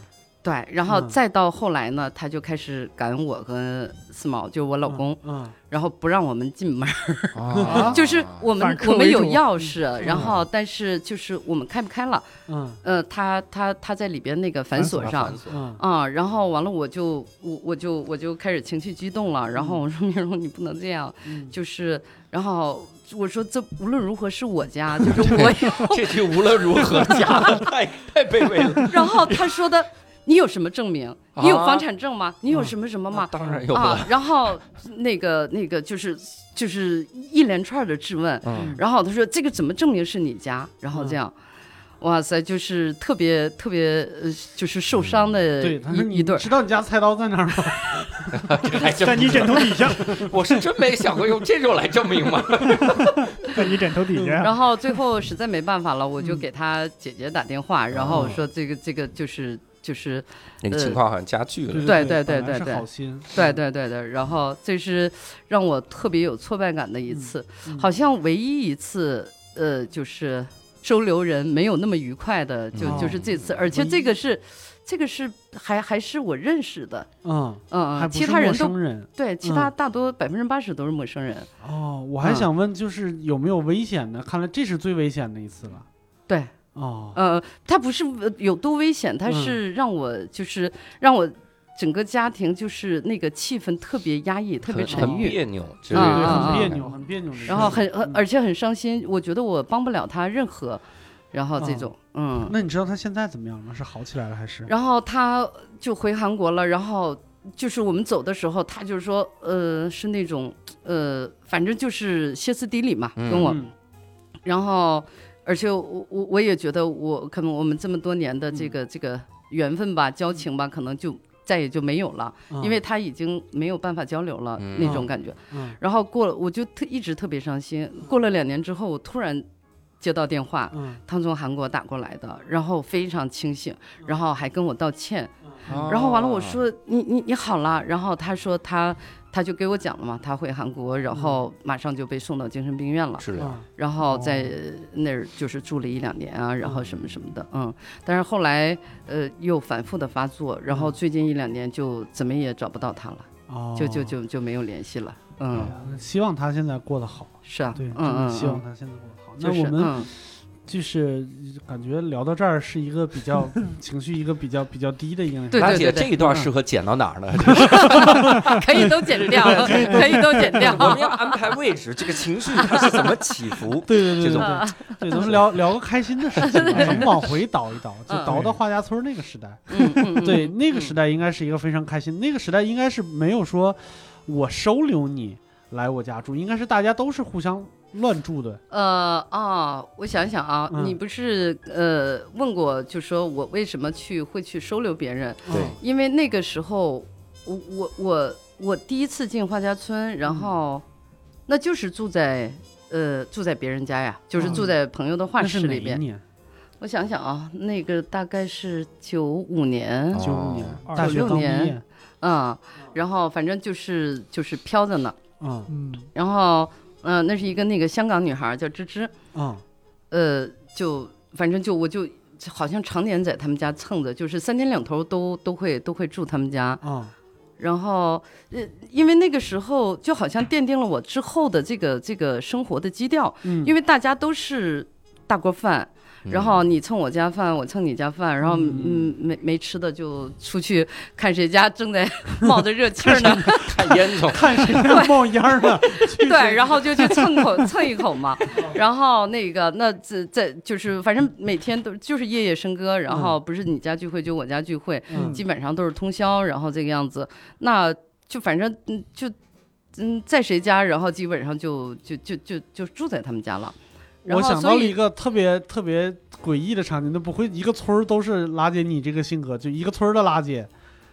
对，然后再到后来呢，他就开始赶我跟四毛，就是我老公，然后不让我们进门，就是我们有钥匙，然后但是就是我们开不开了，他在里边那个反锁上，然后完了我就开始情绪激动了，然后我说明荣你不能这样，就是然后我说这无论如何是我家，就是我这句无论如何家太卑微了。 然后他说的。你有什么证明？你有房产证吗？你有什么什么吗？ 当然有了。 然后那个就是一连串的质问，然后他说这个怎么证明是你家？然后这样，哇塞，就是特别就是受伤的一对。 知道你家菜刀在哪儿吗？ 在你枕头底下。 我是真没想过用这种来证明吗？ 在你枕头底下。 然后最后实在没办法了，我就给他姐姐打电话，然后说这个就是那个情况好像加剧了， 对， 好心， 对，然后这是让我特别有挫败感的一次，好像唯一一次就是收留人没有那么愉快的，就是这次，而且这个是还是我认识的，其他人都对，其他大多80%都是陌生人。 我还想问，就是有没有危险的？看来这是最危险的一次了。 对。他不是有多危险，他是让我整个家庭就是那个气氛特别压抑，特别沉郁， 很别扭， 很别扭， 然后而且很伤心，我觉得我帮不了他任何，然后这种那你知道他现在怎么样吗？是好起来了还是？ 然后他就回韩国了，然后就是我们走的时候，他就说是那种反正就是歇斯底里嘛，跟我，然后。而且我也觉得可能我们这么多年的这个缘分吧，交情吧，可能就再也就没有了，因为他已经没有办法交流了，那种感觉。然后我就一直特别伤心。过了2年之后，我突然接到电话，他从韩国打过来的，然后非常清醒，然后还跟我道歉。然后完了，我说你好了，然后他说他就给我讲了嘛，他回韩国，然后马上就被送到精神病院了， 是的， 然后在那儿就是住了1-2年啊，然后什么什么的，但是后来又反复的发作，然后最近1-2年就怎么也找不到他了，就没有联系了， 希望他现在过得好， 是啊， 对，希望他现在过得好。那我们就是感觉聊到这儿是一个比较情绪一个比较低的一个。 大姐这一段适合剪到哪儿呢？ 可以都剪掉，可以都剪掉。 我们要安排位置，这个情绪它是怎么起伏？ 对，咱们聊个开心的事情，咱们往回倒一倒，就倒到画家村那个时代。对，那个时代应该是一个非常开心，那个时代应该是没有说我收留你来我家住，应该是大家都是互相乱住的。 我想想啊，你不是问过，就说我为什么会去收留别人？ 对， 因为那个时候我第一次进画家村，然后那就是住在别人家呀，就是住在朋友的画室里边。我想想啊，那个大概是95年 ，95年， 大学刚毕业。然后反正就是飘在那，然后那是一个那个香港女孩叫芝芝，就反正我就好像常年在他们家蹭的，就是3天2头都会住他们家，然后因为那个时候就好像奠定了我之后的这个生活的基调，因为大家都是大锅饭。然后你蹭我家饭，我蹭你家饭，然后没吃的就出去看谁家正在冒着热气呢， 看烟囱， 看谁家冒烟了， 对，然后就去蹭一口嘛。然后那个那在就是反正每天都就是夜夜笙歌，然后不是你家聚会就我家聚会，基本上都是通宵，然后这个样子，那就反正在谁家，然后基本上就住在他们家了。 我想到了一个特别特别诡异的场景，那不会一个村都是拉姐你这个性格，就一个村的拉姐，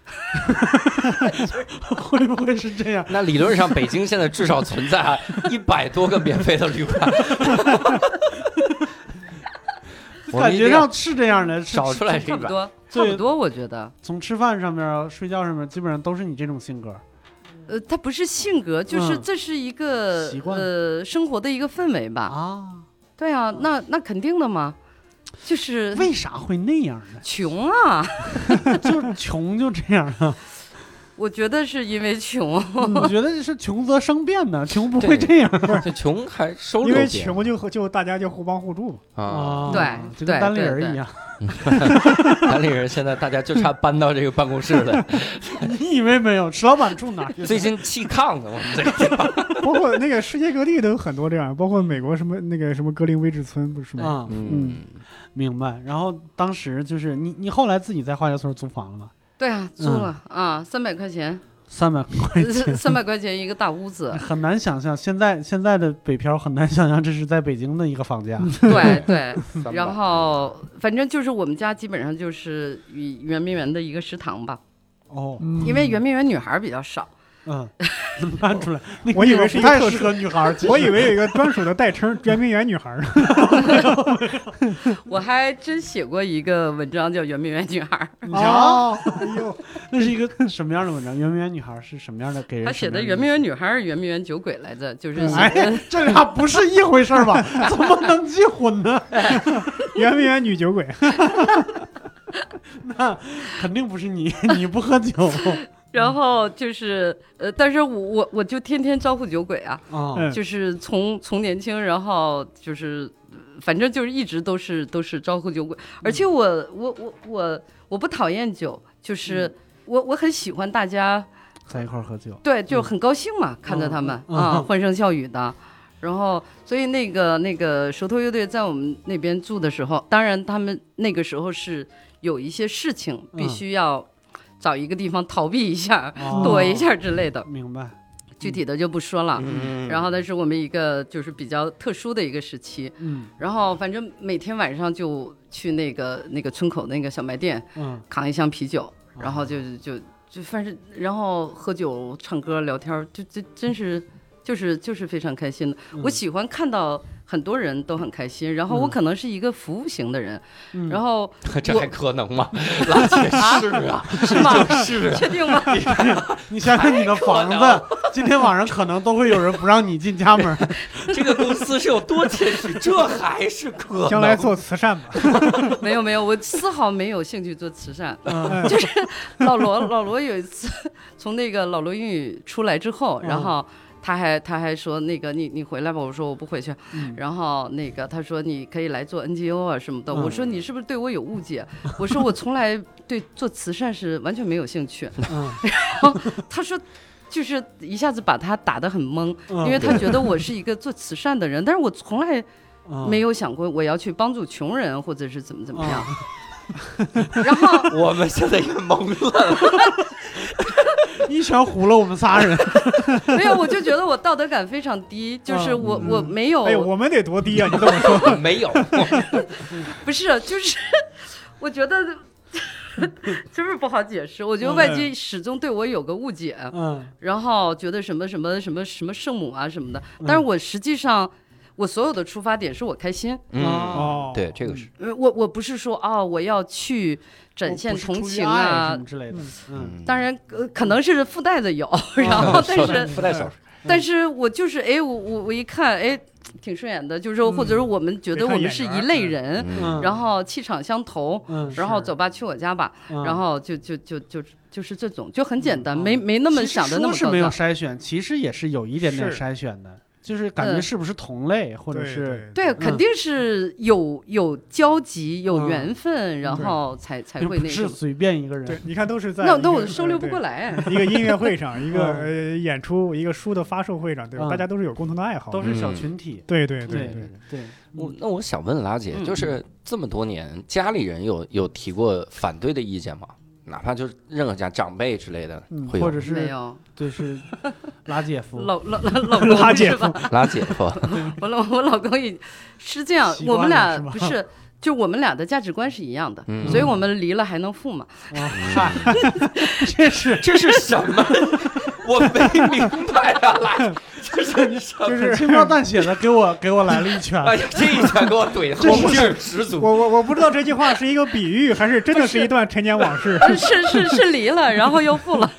会不会是这样？ 那理论上北京现在至少存在100多个免费的旅馆， 感觉上是这样的， 找出来差不多，我觉得从吃饭上面、睡觉上面，基本上都是你这种性格。 它不是性格，就是这是一个习惯， 生活的一个氛围吧。对啊，那肯定的嘛， 就是为啥会那样呢？ 穷啊， 就穷就这样啊。 我觉得是因为穷。 我觉得是穷则生变呢，穷不会这样。 这穷还收因为穷就大家就互帮互助嘛。 啊， 对， 就跟单立人一样。 单立人现在大家就差搬到这个办公室了。 你以为没有？石老板住哪儿？ 最近气炕呢，我们这个地方。 包括那个世界各地都有很多这样，包括美国什么那个什么格林威治村不是吗？ 明白。然后当时就是你后来自己在花家村租房了吗？ 对啊，租了啊，300块钱 ，300块钱 ，300块钱一个大屋子， 很难想象。现在的北漂很难想象这是在北京的一个房价。 对，然后反正就是我们家基本上就是圆明园的一个食堂吧。 哦， 因为圆明园女孩比较少。 能看出来。 我以为是一个太适合女孩， 我以为有一个专属的代称圆明园女孩。 我还真写过一个文章叫圆明园女孩。 你瞧，哎呦，那是一个什么样的文章？圆明园女孩是什么样的？给人他写的圆明园女孩是圆明园酒鬼来着，就是这俩不是一回事吧？怎么能记混呢？ 圆明园女酒鬼。 那肯定不是你不喝酒。 然后就是但是我就天天招呼酒鬼啊，就是从年轻，然后就是反正就是一直都是招呼酒鬼，而且我不讨厌酒，就是我很喜欢大家在一块喝酒， 对，就很高兴嘛，看着他们欢声笑语的。然后所以那个舌头乐队在我们那边住的时候，当然他们那个时候是有一些事情必须要找一个地方逃避一下，躲一下之类的。 明白， 具体的就不说了。然后那是我们一个就是比较特殊的一个时期。然后反正每天晚上就去那个村口那个小卖店，扛一箱啤酒，然后就反正然后喝酒、唱歌、聊天，就真是就是非常开心的。我喜欢看到很多人都很开心，然后我可能是一个服务型的人，然后这还可能吗？拉姐是啊， 是吗？ 是啊， 确定吗？ 你想想你的房子，今天晚上可能都会有人不让你进家门。 这个公司是有多谦虚，这还是可能。 将来做慈善吧？ 没有，我丝毫没有兴趣做慈善。就是老罗有一次从那个老罗英语出来之后，然后他还说那个你回来吧，我说我不回去，然后那个他说你可以来做 NGO 啊什么的，我说你是不是对我有误解？我说我从来对做慈善是完全没有兴趣。然后他说就是一下子把他打得很懵，因为他觉得我是一个做慈善的人，但是我从来没有想过我要去帮助穷人或者是怎么样。然后我们现在也懵了。 一拳唬了我们仨人。 没有，我就觉得我道德感非常低，就是我没有。 哎，我们得多低啊！你这么说。 没有。 不是，就是我觉得真是不好解释。我觉得外界始终对我有个误解，然后觉得什么圣母啊什么的，但是我实际上。我所有的出发点是我开心。 对，这个是。 我不是说我要去展现同情啊什么之类的。 当然可能是附带的有，然后但是附带小说。 但是我就是我一看挺顺眼的，就是说或者说我们觉得我们是一类人，然后气场相投，然后走吧去我家吧，然后就是这种就很简单，没那么想的那么高。 是没有筛选，其实也是有一点点筛选的。就是感觉是不是同类，或者是对，肯定是有交集、有缘分，然后才会那个。 不是随便一个人。 对，你看都是在那我收留不过来。 一个音乐会上，一个演出，一个书的发售会上，对吧？大家都是有共同的爱好， 都是小群体。 对。 我想问拉姐，就是这么多年，家里人有提过反对的意见吗？哪怕就是任何家长辈之类的，会有或者是没有， 就是拉姐夫， 老公拉姐夫， 拉姐夫。 我老公也是这样，我们俩不是，就我们俩的价值观是一样的，所以我们离了还能复嘛。 这是什么？我没明白啊！ 就是轻描淡写的给我来了一拳。 哎呀，这一拳给我怼的后劲儿十足。 我不知道这句话是一个比喻，还是真的是一段陈年往事。 是离了，然后又复了。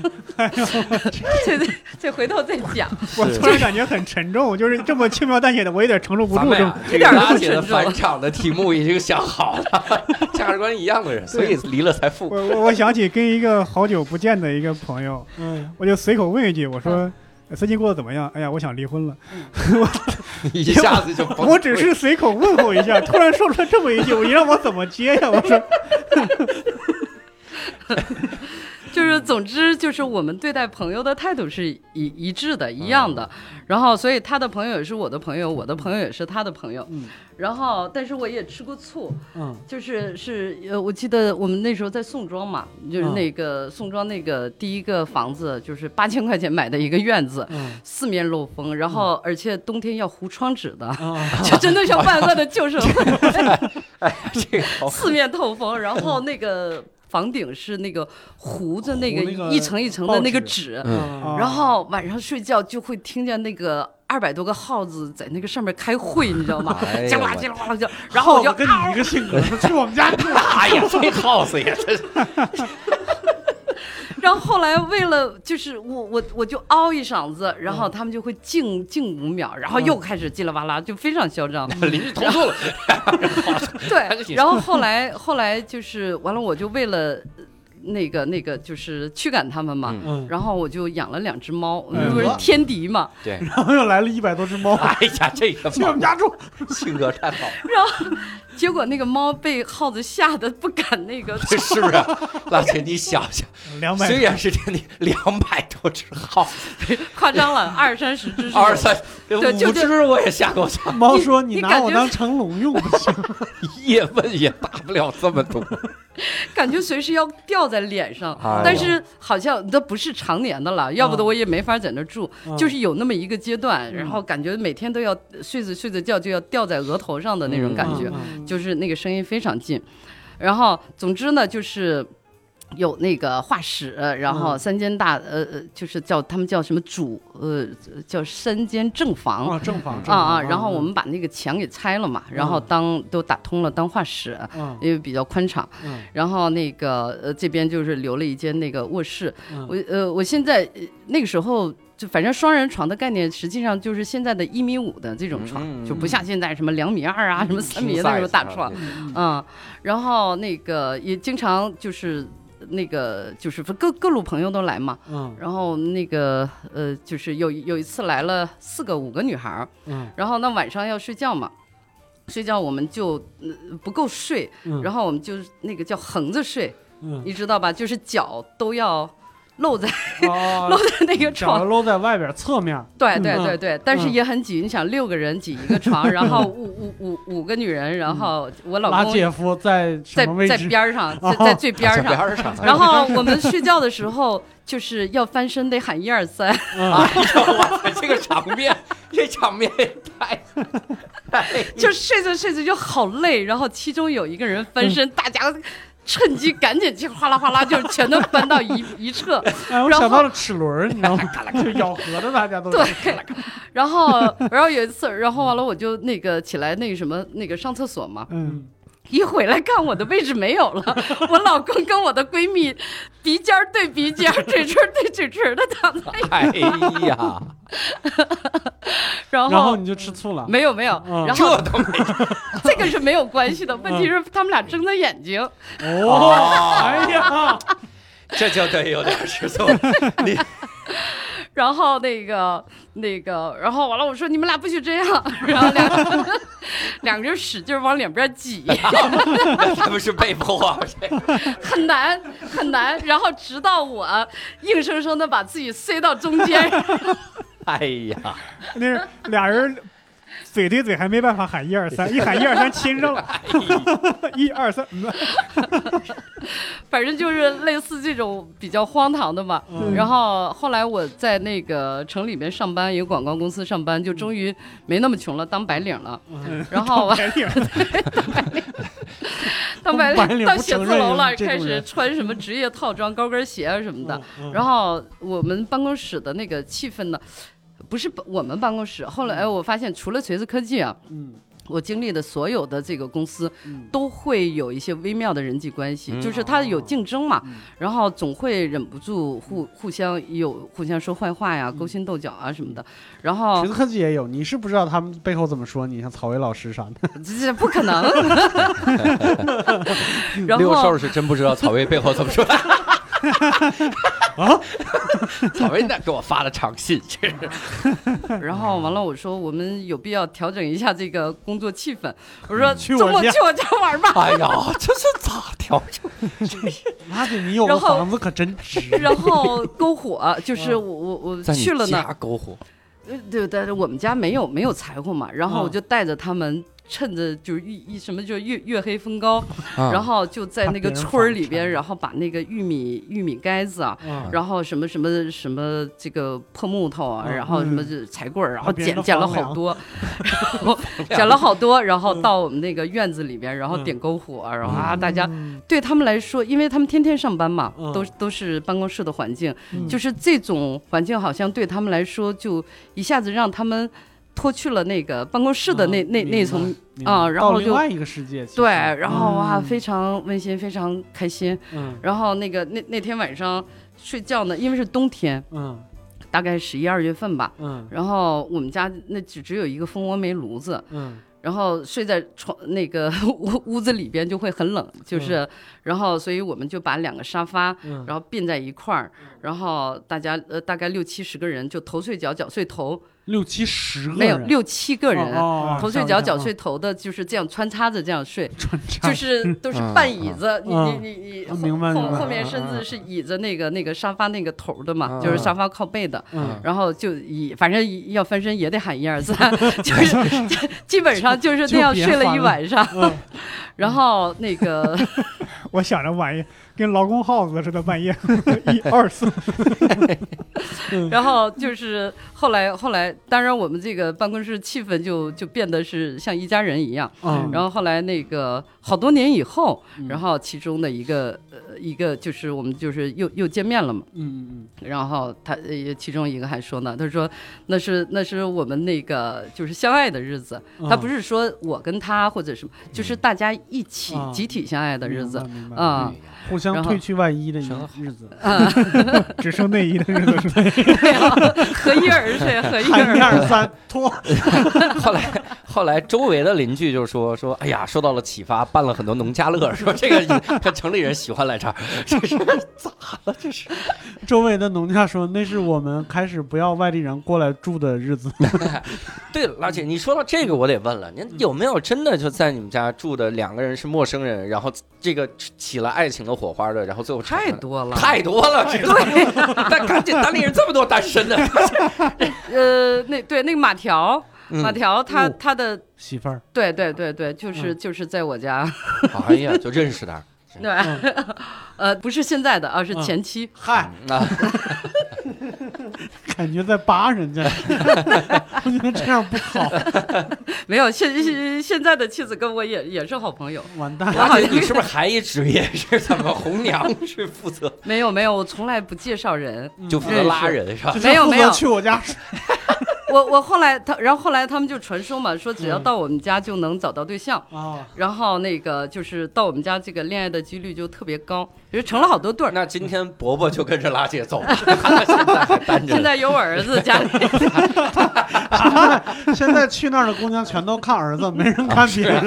这回头再讲。 我突然感觉很沉重，就是这么轻描淡写的，我有点承受不住。 这个拉姐的返场的题目已经想好了，价值观一样的人，所以离了才复。 我想起跟一个好久不见的一个朋友，我就随口问一句，我说。最近过得怎么样？哎呀，我想离婚了。 一下子就我只是随口问候一下，突然说出来这么一句，你让我怎么接呀？我说， 就是总之就是我们对待朋友的态度是一致的，一样的。然后，所以他的朋友也是我的朋友，我的朋友也是他的朋友。然后，但是我也吃过醋。就是我记得我们那时候在宋庄嘛，就是那个宋庄那个第一个房子，就是8000块钱买的一个院子，四面漏风，然后而且冬天要糊窗纸的，就真的像万恶的旧社会。 哎，这个四面透风，然后那个。房顶是那个糊着那个一层一层的那个纸，然后晚上睡觉就会听见那个200多个耗子在那个上面开会，你知道吗？叽啦叽啦哗啦叫，然后我就跟你一个性格，去我们家住。 哎呀，这耗子也真是。 然后后来为了就是我就嗷一嗓子，然后他们就会静5秒，然后又开始叽啦哇啦，就非常嚣张。 邻居投诉了。 对，然后后来就是完了，我就为了。那个就是驱赶他们嘛，然后我就养了2只猫，不是天敌嘛， 对， 然后又来了100多只猫， 哎呀，这个去我们家住， 性格太好。 然后结果那个猫被耗子吓得不敢那个， 是不是？老铁，你想想，200，虽然是天敌，200多只耗子， 夸张了，20-30只 ，20-30，对，5只我也吓够呛。 猫说：“你拿我当成笼用不行， 叶问也打不了这么多。” 感觉随时要掉在脸上，但是好像都不是常年的了，要不的我也没法在那住，就是有那么一个阶段，然后感觉每天都要睡着觉就要掉在额头上的那种感觉，就是那个声音非常近。然后总之呢，就是有那个画室，然后3间大就是他们叫什么叫3间正房正房然后我们把那个墙给拆了嘛，然后都打通了当画室，因为比较宽敞。然后那个这边就是留了一间那个卧室。我现在那个时候就反正双人床的概念，实际上就是现在的1.5米的这种床，就不像现在什么2.2米啊，什么3米的那种大床。然后那个也经常就是那个就是各路朋友都来嘛，然后那个就是有一次来了4个5个女孩，然后那晚上要睡觉嘛，睡觉我们就不够睡，然后我们就那个叫横着睡，你知道吧？就是脚都要露在那个床， 脚露在外边侧面。 对，但是也很挤。你想6个人挤一个床，然后5个女人，然后我老公拉姐夫在边上，在最边上。然后我们睡觉的时候，就是要翻身得喊1、2、3。 哇，这个场面也太就睡着就好累，然后其中有一个人翻身，大家趁机赶紧就哗啦哗啦就全都搬到一侧。 我想到了齿轮，你知道吗？就咬合的，大家都对。然后有一次，然后完了我就那个起来那个什么那个上厕所嘛，一回来看我的位置没有了，我老公跟我的闺蜜鼻尖对鼻尖，嘴唇对嘴唇的躺在一起。 哎呀！ 然后你就吃醋了？ 没有，然后这都没有，这个是没有关系的。问题是他们俩睁着眼睛。 哎呀， 这就得有点吃醋。你。 然后那个，然后完了，我说你们俩不许这样，然后两个人使劲往两边挤， 他们是被迫啊， 很难，然后直到我硬生生的把自己塞到中间。 哎呀， 那俩人嘴对嘴还没办法喊1、2、3，一喊1、2、3亲上了，1、2、3。 反正就是类似这种比较荒唐的嘛。然后后来我在那个城里面上班，一个广告公司上班，就终于没那么穷了，当白领了。然后当白领到写字楼了，开始穿什么职业套装、高跟鞋啊什么的。然后我们办公室的那个气氛呢， 不是我们办公室，后来我发现除了锤子科技啊，我经历的所有的这个公司都会有一些微妙的人际关系，就是它有竞争嘛，然后总会忍不住互相说坏话呀，勾心斗角啊什么的。然后锤子科技也有，你是不知道他们背后怎么说你，像曹巍老师啥的， 这不可能。然后六兽是真不知道曹巍背后怎么说。 啊， 曹巍那给我发了长信，这是。 然后完了，我说我们有必要调整一下这个工作气氛。我说周末去我家玩吧。 哎呀，这是咋调整？ 那你有个房子可真值。 然后篝火，就是我去了呢。 篝火。 对，但是我们家没有柴火嘛，然后我就带着他们。趁着就是什么就是月黑风高，然后就在那个村里边，然后把那个玉米盖子啊，然后什么这个破木头啊，然后什么柴棍，然后捡了好多，然后捡了好多，然后到我们那个院子里边，然后点篝火，然后大家对他们来说，因为他们天天上班嘛，都是办公室的环境，就是这种环境好像对他们来说就一下子让他们。脱去了那个办公室的那层啊，然后就到另外一个世界。 对，然后哇，非常温馨，非常开心。然后那天晚上睡觉呢，因为是冬天，大概11、12月份吧。然后我们家那只有一个蜂窝煤炉子。然后睡在那个屋子里边就会很冷，就是，然后所以我们就把2个沙发，然后并在一块儿，然后大家大概60、70个人就头睡脚，脚睡头。 60、10个人没有6、7个人，头睡脚脚睡头的，就是这样穿插着这样睡，就是都是半椅子，你后面甚至是倚着那个沙发那个头的嘛，就是沙发靠背的，然后就反正要翻身也得喊1、2、3，就是基本上就是那样睡了一晚上，然后那个我想着晚上跟劳工号子似的，半夜1、2、4， 然后就是后来，当然我们这个办公室气氛就变得是像一家人一样。然后后来那个好多年以后，然后其中的一个就是我们就是又见面了嘛。然后他其中一个还说呢，他说那是我们那个就是相爱的日子。他不是说我跟他或者什么，就是大家一起集体相爱的日子啊。 互相褪去外衣的日子， 只剩内衣的日子是吧？ 合衣而睡，合衣 1、2、3脱。 后来周围的邻居就说，哎呀，受到了启发，办了很多农家乐，说这个看城里人喜欢来这儿，这是咋了？这是周围的农家说，那是我们开始不要外地人过来住的日子。 对了，拉姐，你说到这个，我得问了，您有没有真的就在你们家住的2个人是陌生人，然后这个起了爱情的火花的，然后最后太多了， 对，但赶紧单立人这么多单身的。 那个马条他的媳妇儿， 对，就是在我家。 哎呀，就认识他。 对，不是现在的，而是前妻。 嗨，感觉在扒人家，我觉得这样不好。 没有，现在的妻子跟我也是好朋友。 完蛋了，你是不是还一职业是怎么红娘去负责？ 没有，我从来不介绍人， 就负责拉人是吧？ 没有去我家。 我后来后来他们就传说嘛，说只要到我们家就能找到对象，然后那个就是到我们家这个恋爱的几率就特别高，就成了好多对儿。 那今天伯伯就跟着拉姐走了， 现在有我儿子家里。 现在去那儿的姑娘全都看儿子，没人看别人。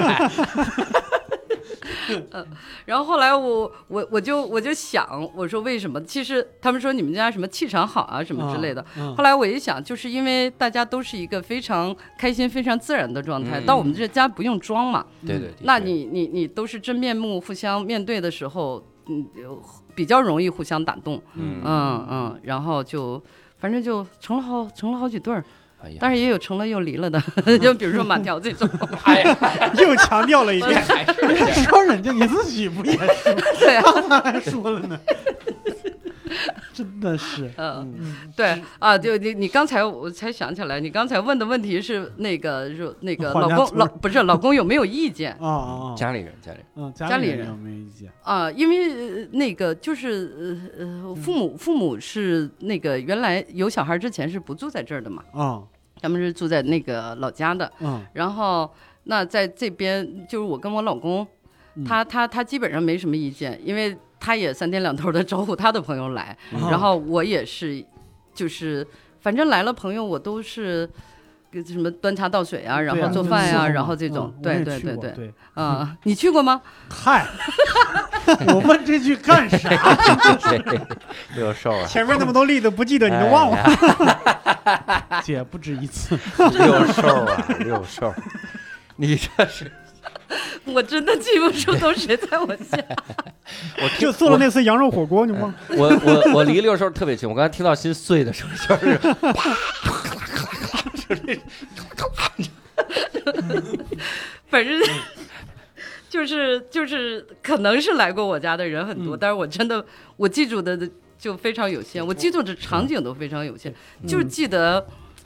然后后来我就想，我说为什么？其实他们说你们家什么气场好啊什么之类的。后来我一想，就是因为大家都是一个非常开心、非常自然的状态，到我们这家不用装嘛。 对。 那你都是真面目互相面对的时候，比较容易互相打动。然后就反正就成了好几对儿。但是也有成了又离了的，就比如说马条这种。 哎呀， 又强调了一遍， 说人家你自己不也是？ 对啊， 他还说了呢。 真的是， 对啊，就你刚才我才想起来，你刚才问的问题是那个老公有没有意见啊？ 家里人， 家里人有没有意见啊？因为那个就是父母是那个原来有小孩之前是不住在这儿的嘛他们是住在那个老家的然后那在这边就是我跟我老公，他基本上没什么意见，因为他也三天两头的招呼他的朋友来，然后我也是，就是反正来了朋友，我都是什么端茶倒水啊，然后做饭呀，然后这种，对，你去过吗？ 嗨，我问这句干啥？ 六兽啊， 前面那么多例子不记得你都忘了， 姐不止一次。 六兽，你这是。 我真的记不住都谁在我家， 我就做了那次羊肉火锅，你忘了？ 我离六兽特别近，我刚才听到心碎的声音，就是啪， 反正就是可能是来过我家的人很多，但是我真的我记住的就非常有限，我记住的场景都非常有限，就是记得。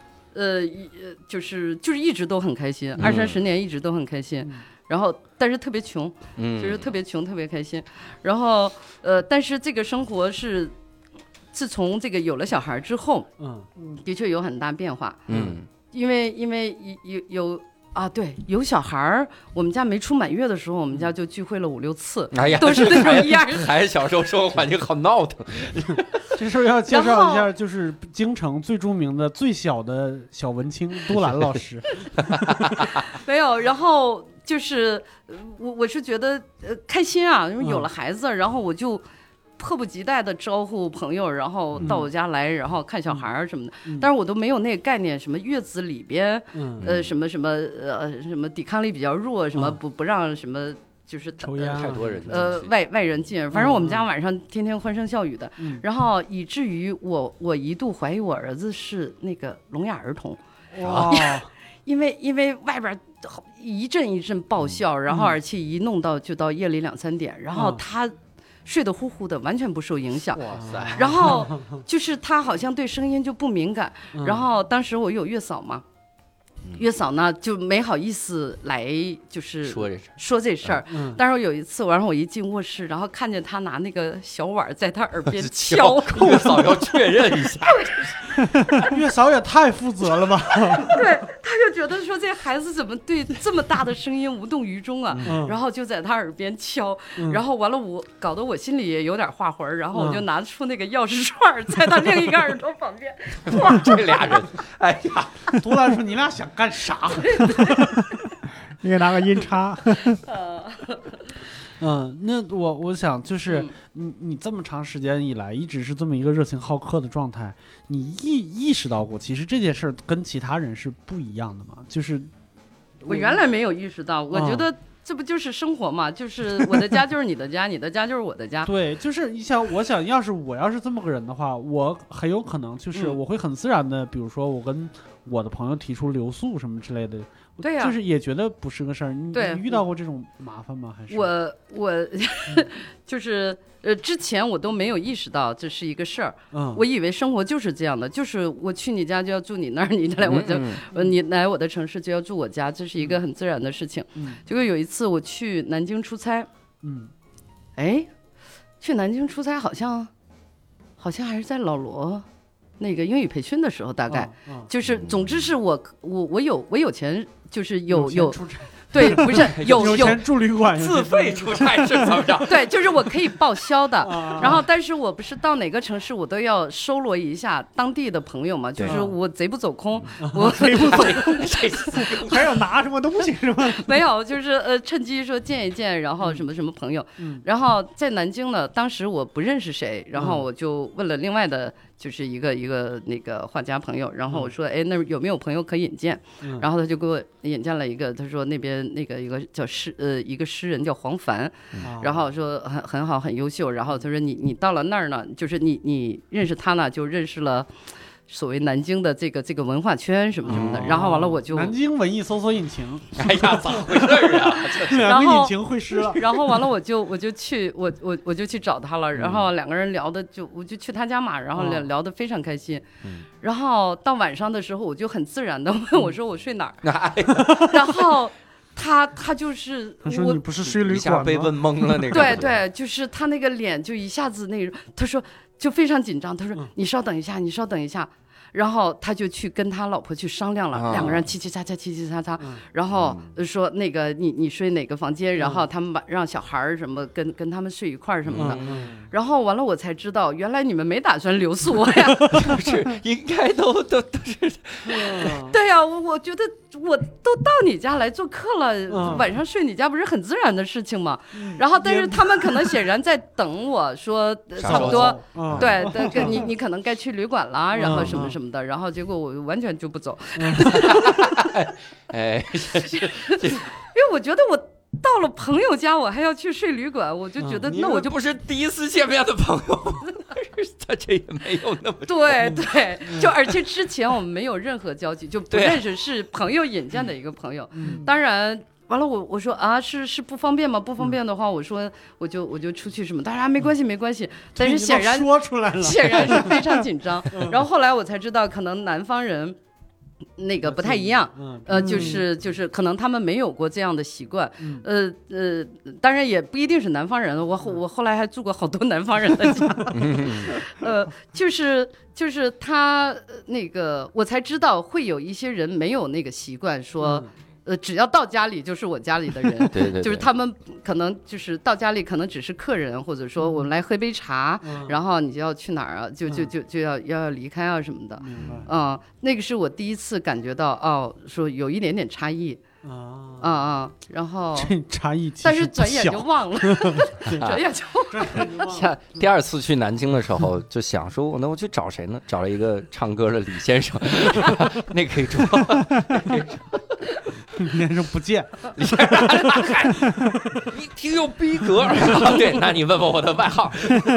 就是一直都很开心，20-30年一直都很开心，然后但是特别穷，就是特别穷，特别开心，然后但是这个生活是自从这个有了小孩之后，的确有很大变化，因为有啊，对，有小孩儿，我们家没出满月的时候，我们家就聚会了5-6次，都是那种一样。 孩子小时候生活环境好闹腾。 这事儿要介绍一下，就是京城最著名的最小的小文青都兰老师。 没有，然后就是我是觉得开心啊，因为有了孩子，然后我就迫不及待的招呼朋友，然后到我家来，然后看小孩什么的，但是我都没有那个概念，什么月子里边，什么抵抗力比较弱，什么不让什么就是抽烟太多人， 外人进，反正我们家晚上天天欢声笑语的，然后以至于我一度怀疑我儿子是那个聋哑儿童， 哇， 因为外边一阵一阵爆笑，然后而且一弄到就到夜里2-3点，然后他睡得呼呼的，完全不受影响。 哇塞！ 然后就是他好像对声音就不敏感。然后当时我有月嫂嘛，月嫂呢就没好意思来，就是说这事儿。但是有一次，然后我一进卧室，然后看见他拿那个小碗在他耳边敲， 月嫂要确认一下。 月嫂也太负责了吧？ 对，他就觉得说这孩子怎么对这么大的声音无动于衷啊？然后就在他耳边敲，然后完了我搞得我心里也有点画魂，然后我就拿出那个钥匙串在他另一个耳朵旁边。 哇，这俩人，哎呀， 都兰说你俩想干啥？ 你给拿个音叉。 那我想就是你这么长时间以来一直是这么一个热情好客的状态，你意识到过其实这件事跟其他人是不一样的吗？就是我原来没有意识到，我觉得这不就是生活嘛，就是我的家就是你的家，你的家就是我的家。 对，就是我想要是这么个人的话，我很有可能就是我会很自然的，比如说我跟我的朋友提出留宿什么之类的。 对呀， 就是也觉得不是个事儿。你遇到过这种麻烦吗？还是我就是之前我都没有意识到这是一个事儿。我以为生活就是这样的，就是我去你家就要住你那儿，你来我就你来我的城市就要住我家，这是一个很自然的事情。结果有一次我去南京出差，去南京出差好像还是在老罗那个英语培训的时候，大概就是总之是我有钱。就是有对，不是有钱住旅馆， 自费出差是怎么着？ 对，就是我可以报销的。然后，但是我不是到哪个城市我都要收罗一下当地的朋友嘛，就是我贼不走空，我贼不走空，还要拿什么东西是吗？ 没有，就是趁机说见一见，然后什么什么朋友。然后在南京呢，当时我不认识谁，然后我就问了另外的。就是一个那个画家朋友，然后我说，那有没有朋友可引荐？然后他就给我引荐了一个，他说那边那个一个叫一个诗人叫黄凡，然后说很好很优秀，然后他说你到了那儿呢，就是你认识他呢，就认识了所谓南京的这个文化圈什么什么的，然后完了我就南京文艺搜索引擎， 哎呀，咋回事啊？ 两个引擎会师了。 然后完了我就去我就去找他了，然后两个人聊的我就去他家嘛，然后聊得非常开心。然后到晚上的时候，我就很自然的问我说我睡哪儿，然后他就是他说你不是睡旅馆吗？ 一下被问懵了那个。 对对，就是他那个脸就一下子那个，他说就非常紧张，他说你稍等一下，你稍等一下。然后他就去跟他老婆去商量了，两个人叽叽喳喳叽叽喳喳，然后说那个你睡哪个房间，然后他们让小孩什么跟他们睡一块什么的，然后完了我才知道原来你们没打算留宿我呀， 是应该都是， 对呀，我觉得我都到你家来做客了，晚上睡你家不是很自然的事情吗？然后但是他们可能显然在等我说差不多，对，你可能该去旅馆啦，然后什么什么。然后结果我完全就不走， 哎， 因为我觉得我到了朋友家，我还要去睡旅馆，我就觉得那我就不是第一次见面的朋友，他这也没有那么对，就而且之前我们没有任何交集，就不认识，是朋友引荐的一个朋友，当然。完了我说啊是不方便吗？不方便的话，我说我就出去什么，当然没关系，但是显然说出来了， 显然是非常紧张。然后后来我才知道，可能南方人那个不太一样，就是可能他们没有过这样的习惯，当然也不一定是南方人，我后来还住过好多南方人的家，就是他那个我才知道会有一些人没有那个习惯说。只要到家里就是我家里的人， 对， 就是他们可能就是到家里可能只是客人，或者说我们来喝杯茶，然后你就要去哪儿啊？就要离开啊什么的。那个是我第一次感觉到说有一点点差异。然后这差异， 但是转眼就忘了，转眼就忘了。 像第二次去南京的时候，就想说，那我去找谁呢？找了一个唱歌的李先生，那可以说， 李先生不见， 李先生，你挺有逼格。对，那你问问我的外号，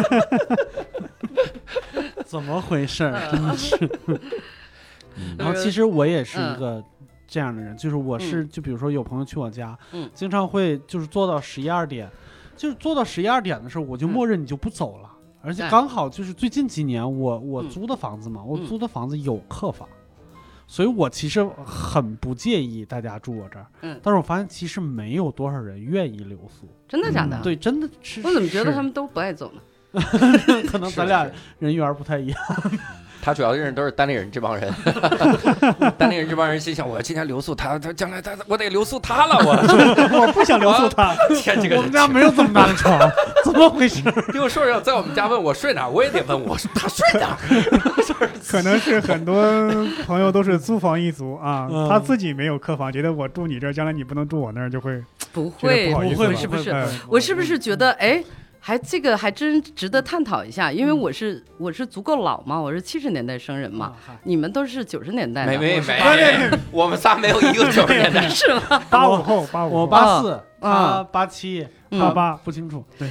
怎么回事？真的是。然后其实我也是一个。这样的人就是我是就比如说有朋友去我家，经常会就是做到11、2点，就是做到11、2点的时候，我就默认你就不走了。而且刚好就是最近几年我租的房子嘛，我租的房子有客房，所以我其实很不介意大家住我这儿。但是我发现其实没有多少人愿意留宿。 真的假的？ 对，真的是。 我怎么觉得他们都不爱走呢？ 可能咱俩人缘不太一样。 他主要认识都是单立人这帮人，单立人这帮人心想：我今天留宿他将来我得留宿他了， 我不想留宿他。 天，这个我们家没有这么大的床，怎么回事？ 因为硕在我们家问我睡哪，我也得问我他睡哪。 可能是很多朋友都是租房一族啊，他自己没有客房，觉得我住你这儿，将来你不能住我那儿，就会不会，是不是？我是不是觉得这个还真值得探讨一下，因为我是足够老嘛，我是70年代生人嘛，你们都是90年代的。 没，我们�ا没有一个90年代， 是吗 ？85后，85， 我84，他87、88，不清楚。对，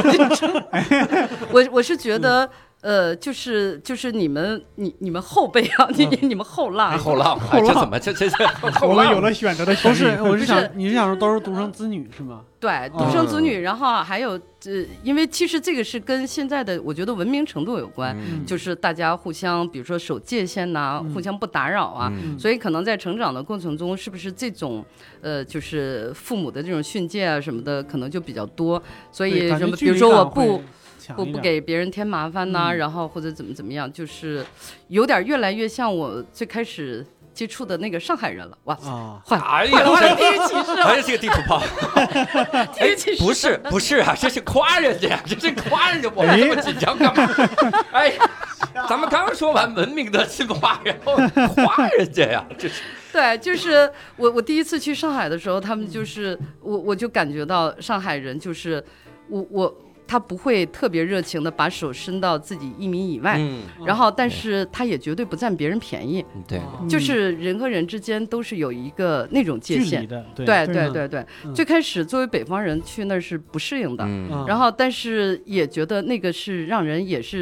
我是觉得。就是你们后辈啊，你们后浪， 这怎么这我们有了选择的权利。 我是想你是想说都是独生子女是吗？ 对，独生子女，然后还有因为其实这个是跟现在的我觉得文明程度有关，就是大家互相比如说守界限呐，互相不打扰啊，所以可能在成长的过程中，是不是这种就是父母的这种训诫啊什么的，可能就比较多，所以什么比如说我不给别人添麻烦呐，然后或者怎么样，就是有点越来越像我最开始接触的那个上海人了。哇，换了地域歧视了， 这是个地图炮。 地域歧视不是啊，这是夸人家，我们这么紧张干嘛？咱们刚说完文明的进化，然后夸人家呀，这是。 对，就是我第一次去上海的时候，他们就是我就感觉到上海人就是他不会特别热情的把手伸到自己1米以外，然后但是他也绝对不占别人便宜， 对， 就是人和人之间都是有一个那种界限的， 对，最开始作为北方人去那是不适应的，然后但是也觉得那个是让人也是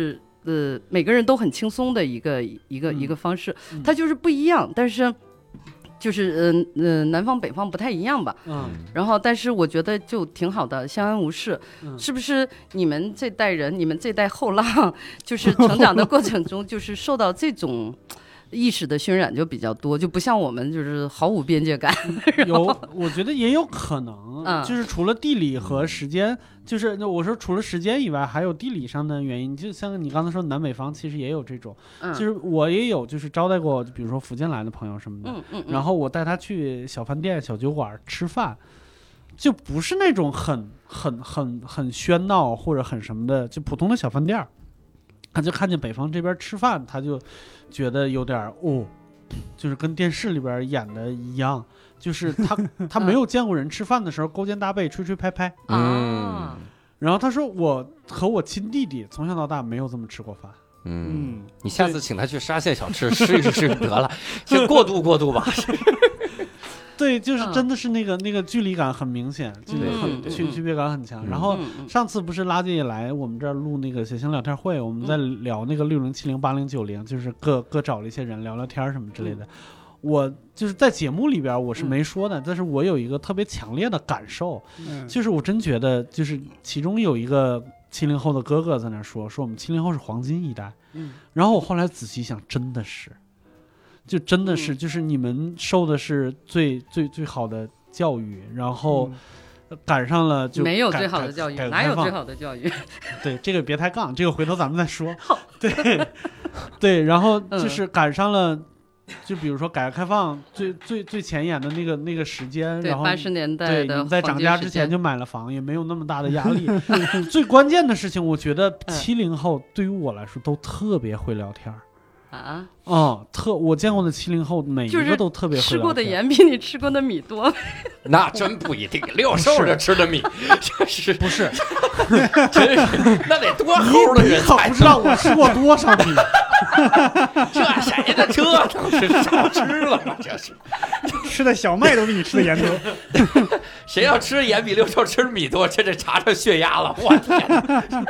每个人都很轻松的一个方式，它就是不一样，但是。就是南方北方不太一样吧，然后但是我觉得就挺好的，相安无事，是不是？你们这代人，你们这代后浪，就是成长的过程中，就是受到这种意识的渲染就比较多，就不像我们就是毫无边界感。 我觉得也有可能，就是除了地理和时间，就是我说除了时间以外，还有地理上的原因。就像你刚才说南北方，其实也有这种，就是我也有就是招待过，比如说福建来的朋友什么的，然后我带他去小饭店、小酒馆吃饭，就不是那种很喧闹或者很什么的，就普通的小饭店。他就看见北方这边吃饭，他就觉得有点就是跟电视里边演的一样，就是他没有见过人吃饭的时候勾肩搭背、吹吹拍拍。然后他说我和我亲弟弟从小到大没有这么吃过饭。 你下次请他去沙县小吃试一试得了，先过渡过渡吧。 对，就是真的是那个距离感很明显，区别感很强。然后上次不是拉姐也来我们这儿录那个写信聊天会，我们在聊那个60、70、80、90，就是各找了一些人聊聊天什么之类的。我就是在节目里边我是没说的，但是我有一个特别强烈的感受，就是我真觉得就是其中有一个70后的哥哥在那说我们70后是黄金一代，然后我后来仔细想，真的是。就真的是，就是你们受的是最好的教育，然后赶上了就没有最好的教育，哪有最好的教育？ 对，这个别抬杠，这个回头咱们再说。对，然后就是赶上了，就比如说改革开放最前沿的那个时间，然后 80年代的你在涨价之前就买了房，也没有那么大的压力。最关键的事情，我觉得70后对于我来说都特别会聊天。我见过的70后每一个都特别会聊天， 吃过的盐比你吃过的米多。 那真不一定，六兽这吃的米，这不是？ 真是那得多齁的人才不知道我吃过多少米。 这谁的这能是少吃了吗？这是吃的小麦都比你吃的盐多。 谁要吃盐比六兽吃米多，这得查查血压了。我天！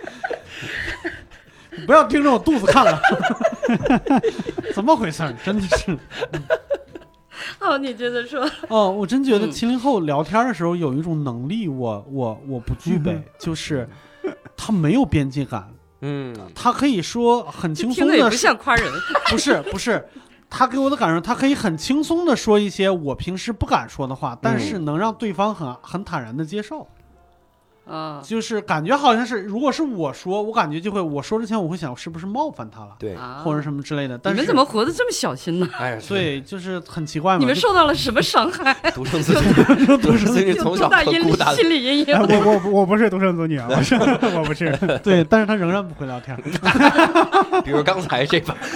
不要盯着我肚子看了。怎么回事？真的是。 你接着说。 我真觉得70后聊天的时候有一种能力我不具备，就是他没有边界感。他可以说很轻松的， 听着也不像夸人。 不是，他给我的感受，他可以很轻松的说一些我平时不敢说的话，但是能让对方很坦然的接受。就是感觉好像是，如果是我说，我感觉就会，我说之前我会想是不是冒犯他了， 对， 或者什么之类的。但是你们怎么活得这么小心呢？ 对，就是很奇怪嘛。 你们受到了什么伤害？ 独生子女从小很孤单， 心理阴影。 我不是独生子女啊，我不是。 对，但是他仍然不会聊天。 比如刚才这把。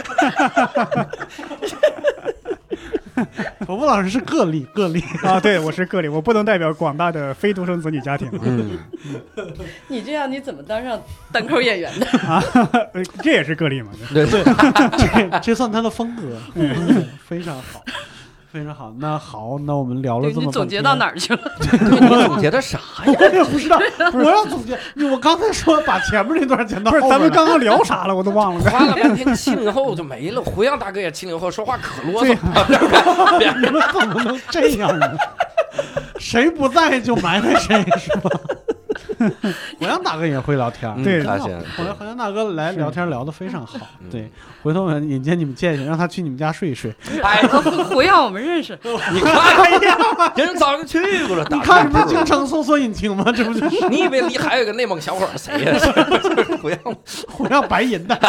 伯伯老师是个例啊，对，我是个例，我不能代表广大的非独生子女家庭。 你这样你怎么当上单口演员的啊？这也是个例嘛？ 对，这算他的风格，非常好。非常好，那我们聊了这么半天， 你总结到哪儿去了？ 对，你总结的啥呀？ 我也不知道，我要总结。我刚才说把前面那段剪到后面， 不是咱们刚刚聊啥了，我都忘了。 花了半天70后就没了。胡杨大哥也70后，说话可啰嗦了。 你们怎么能这样呢？谁不在就埋汰谁是吧？胡杨大哥也会聊天， 对， 胡杨大哥来聊天聊得非常好，对，回头引荐你们见一见，让他去你们家睡一睡。 胡杨我们认识， 你看，人早就去过了。 你看什么京城搜索引擎吗？这不就是？ 你以为里还有个内蒙小伙谁呀？ 胡杨白银的。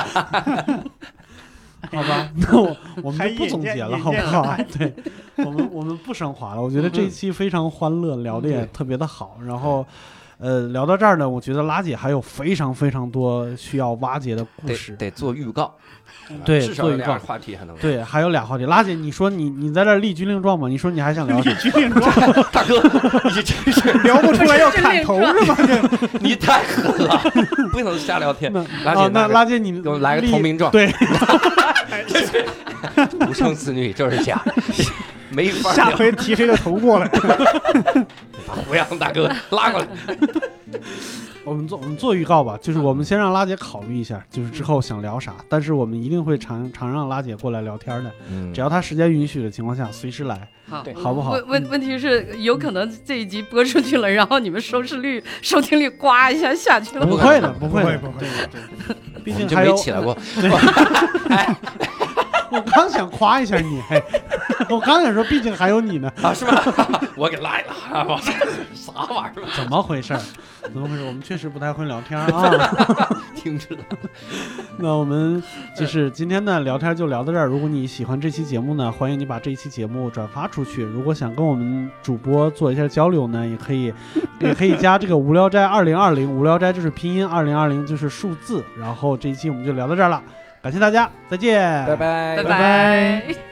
好吧，那我们就不总结了，好不好？对，我们不升华了。我觉得这一期非常欢乐，聊得也特别的好。然后，聊到这儿呢，我觉得拉姐还有非常非常多需要挖掘的故事， 得做预告。 对， 至少有2话题还能对，还有2话题。拉姐，你说你在这立军令状吗？你说你还想聊立军令状？ 大哥，你真是聊不出来要砍头是吗？ 你太狠了，不能瞎聊天。 那拉姐你给我来个投名状。 对， 独生子女就是假，没法。 下回提谁的头过来， 把胡杨大哥拉过来。 我们做预告吧，就是我们先让拉姐考虑一下，就是之后想聊啥，但是我们一定会常让拉姐过来聊天的，只要她时间允许的情况下，随时来，好不好？ 问题是有可能这一集播出去了，然后你们收听率呱一下下去了。 不会的，不会， 对， 毕竟还有没起来过。 我刚想夸一下你，我刚想说，毕竟还有你呢， 是吗？我给拉了，啥玩意儿？ 怎么回事？我们确实不太会聊天啊， 听着呢。 那我们就是今天的聊天就聊到这儿。如果你喜欢这期节目呢，欢迎你把这一期节目转发出去。如果想跟我们主播做一下交流呢，也可以加这个无聊斋2020，无聊斋就是拼音，2020就是数字。然后这一期我们就聊到这儿了。感谢大家，再见， 拜拜， 拜拜。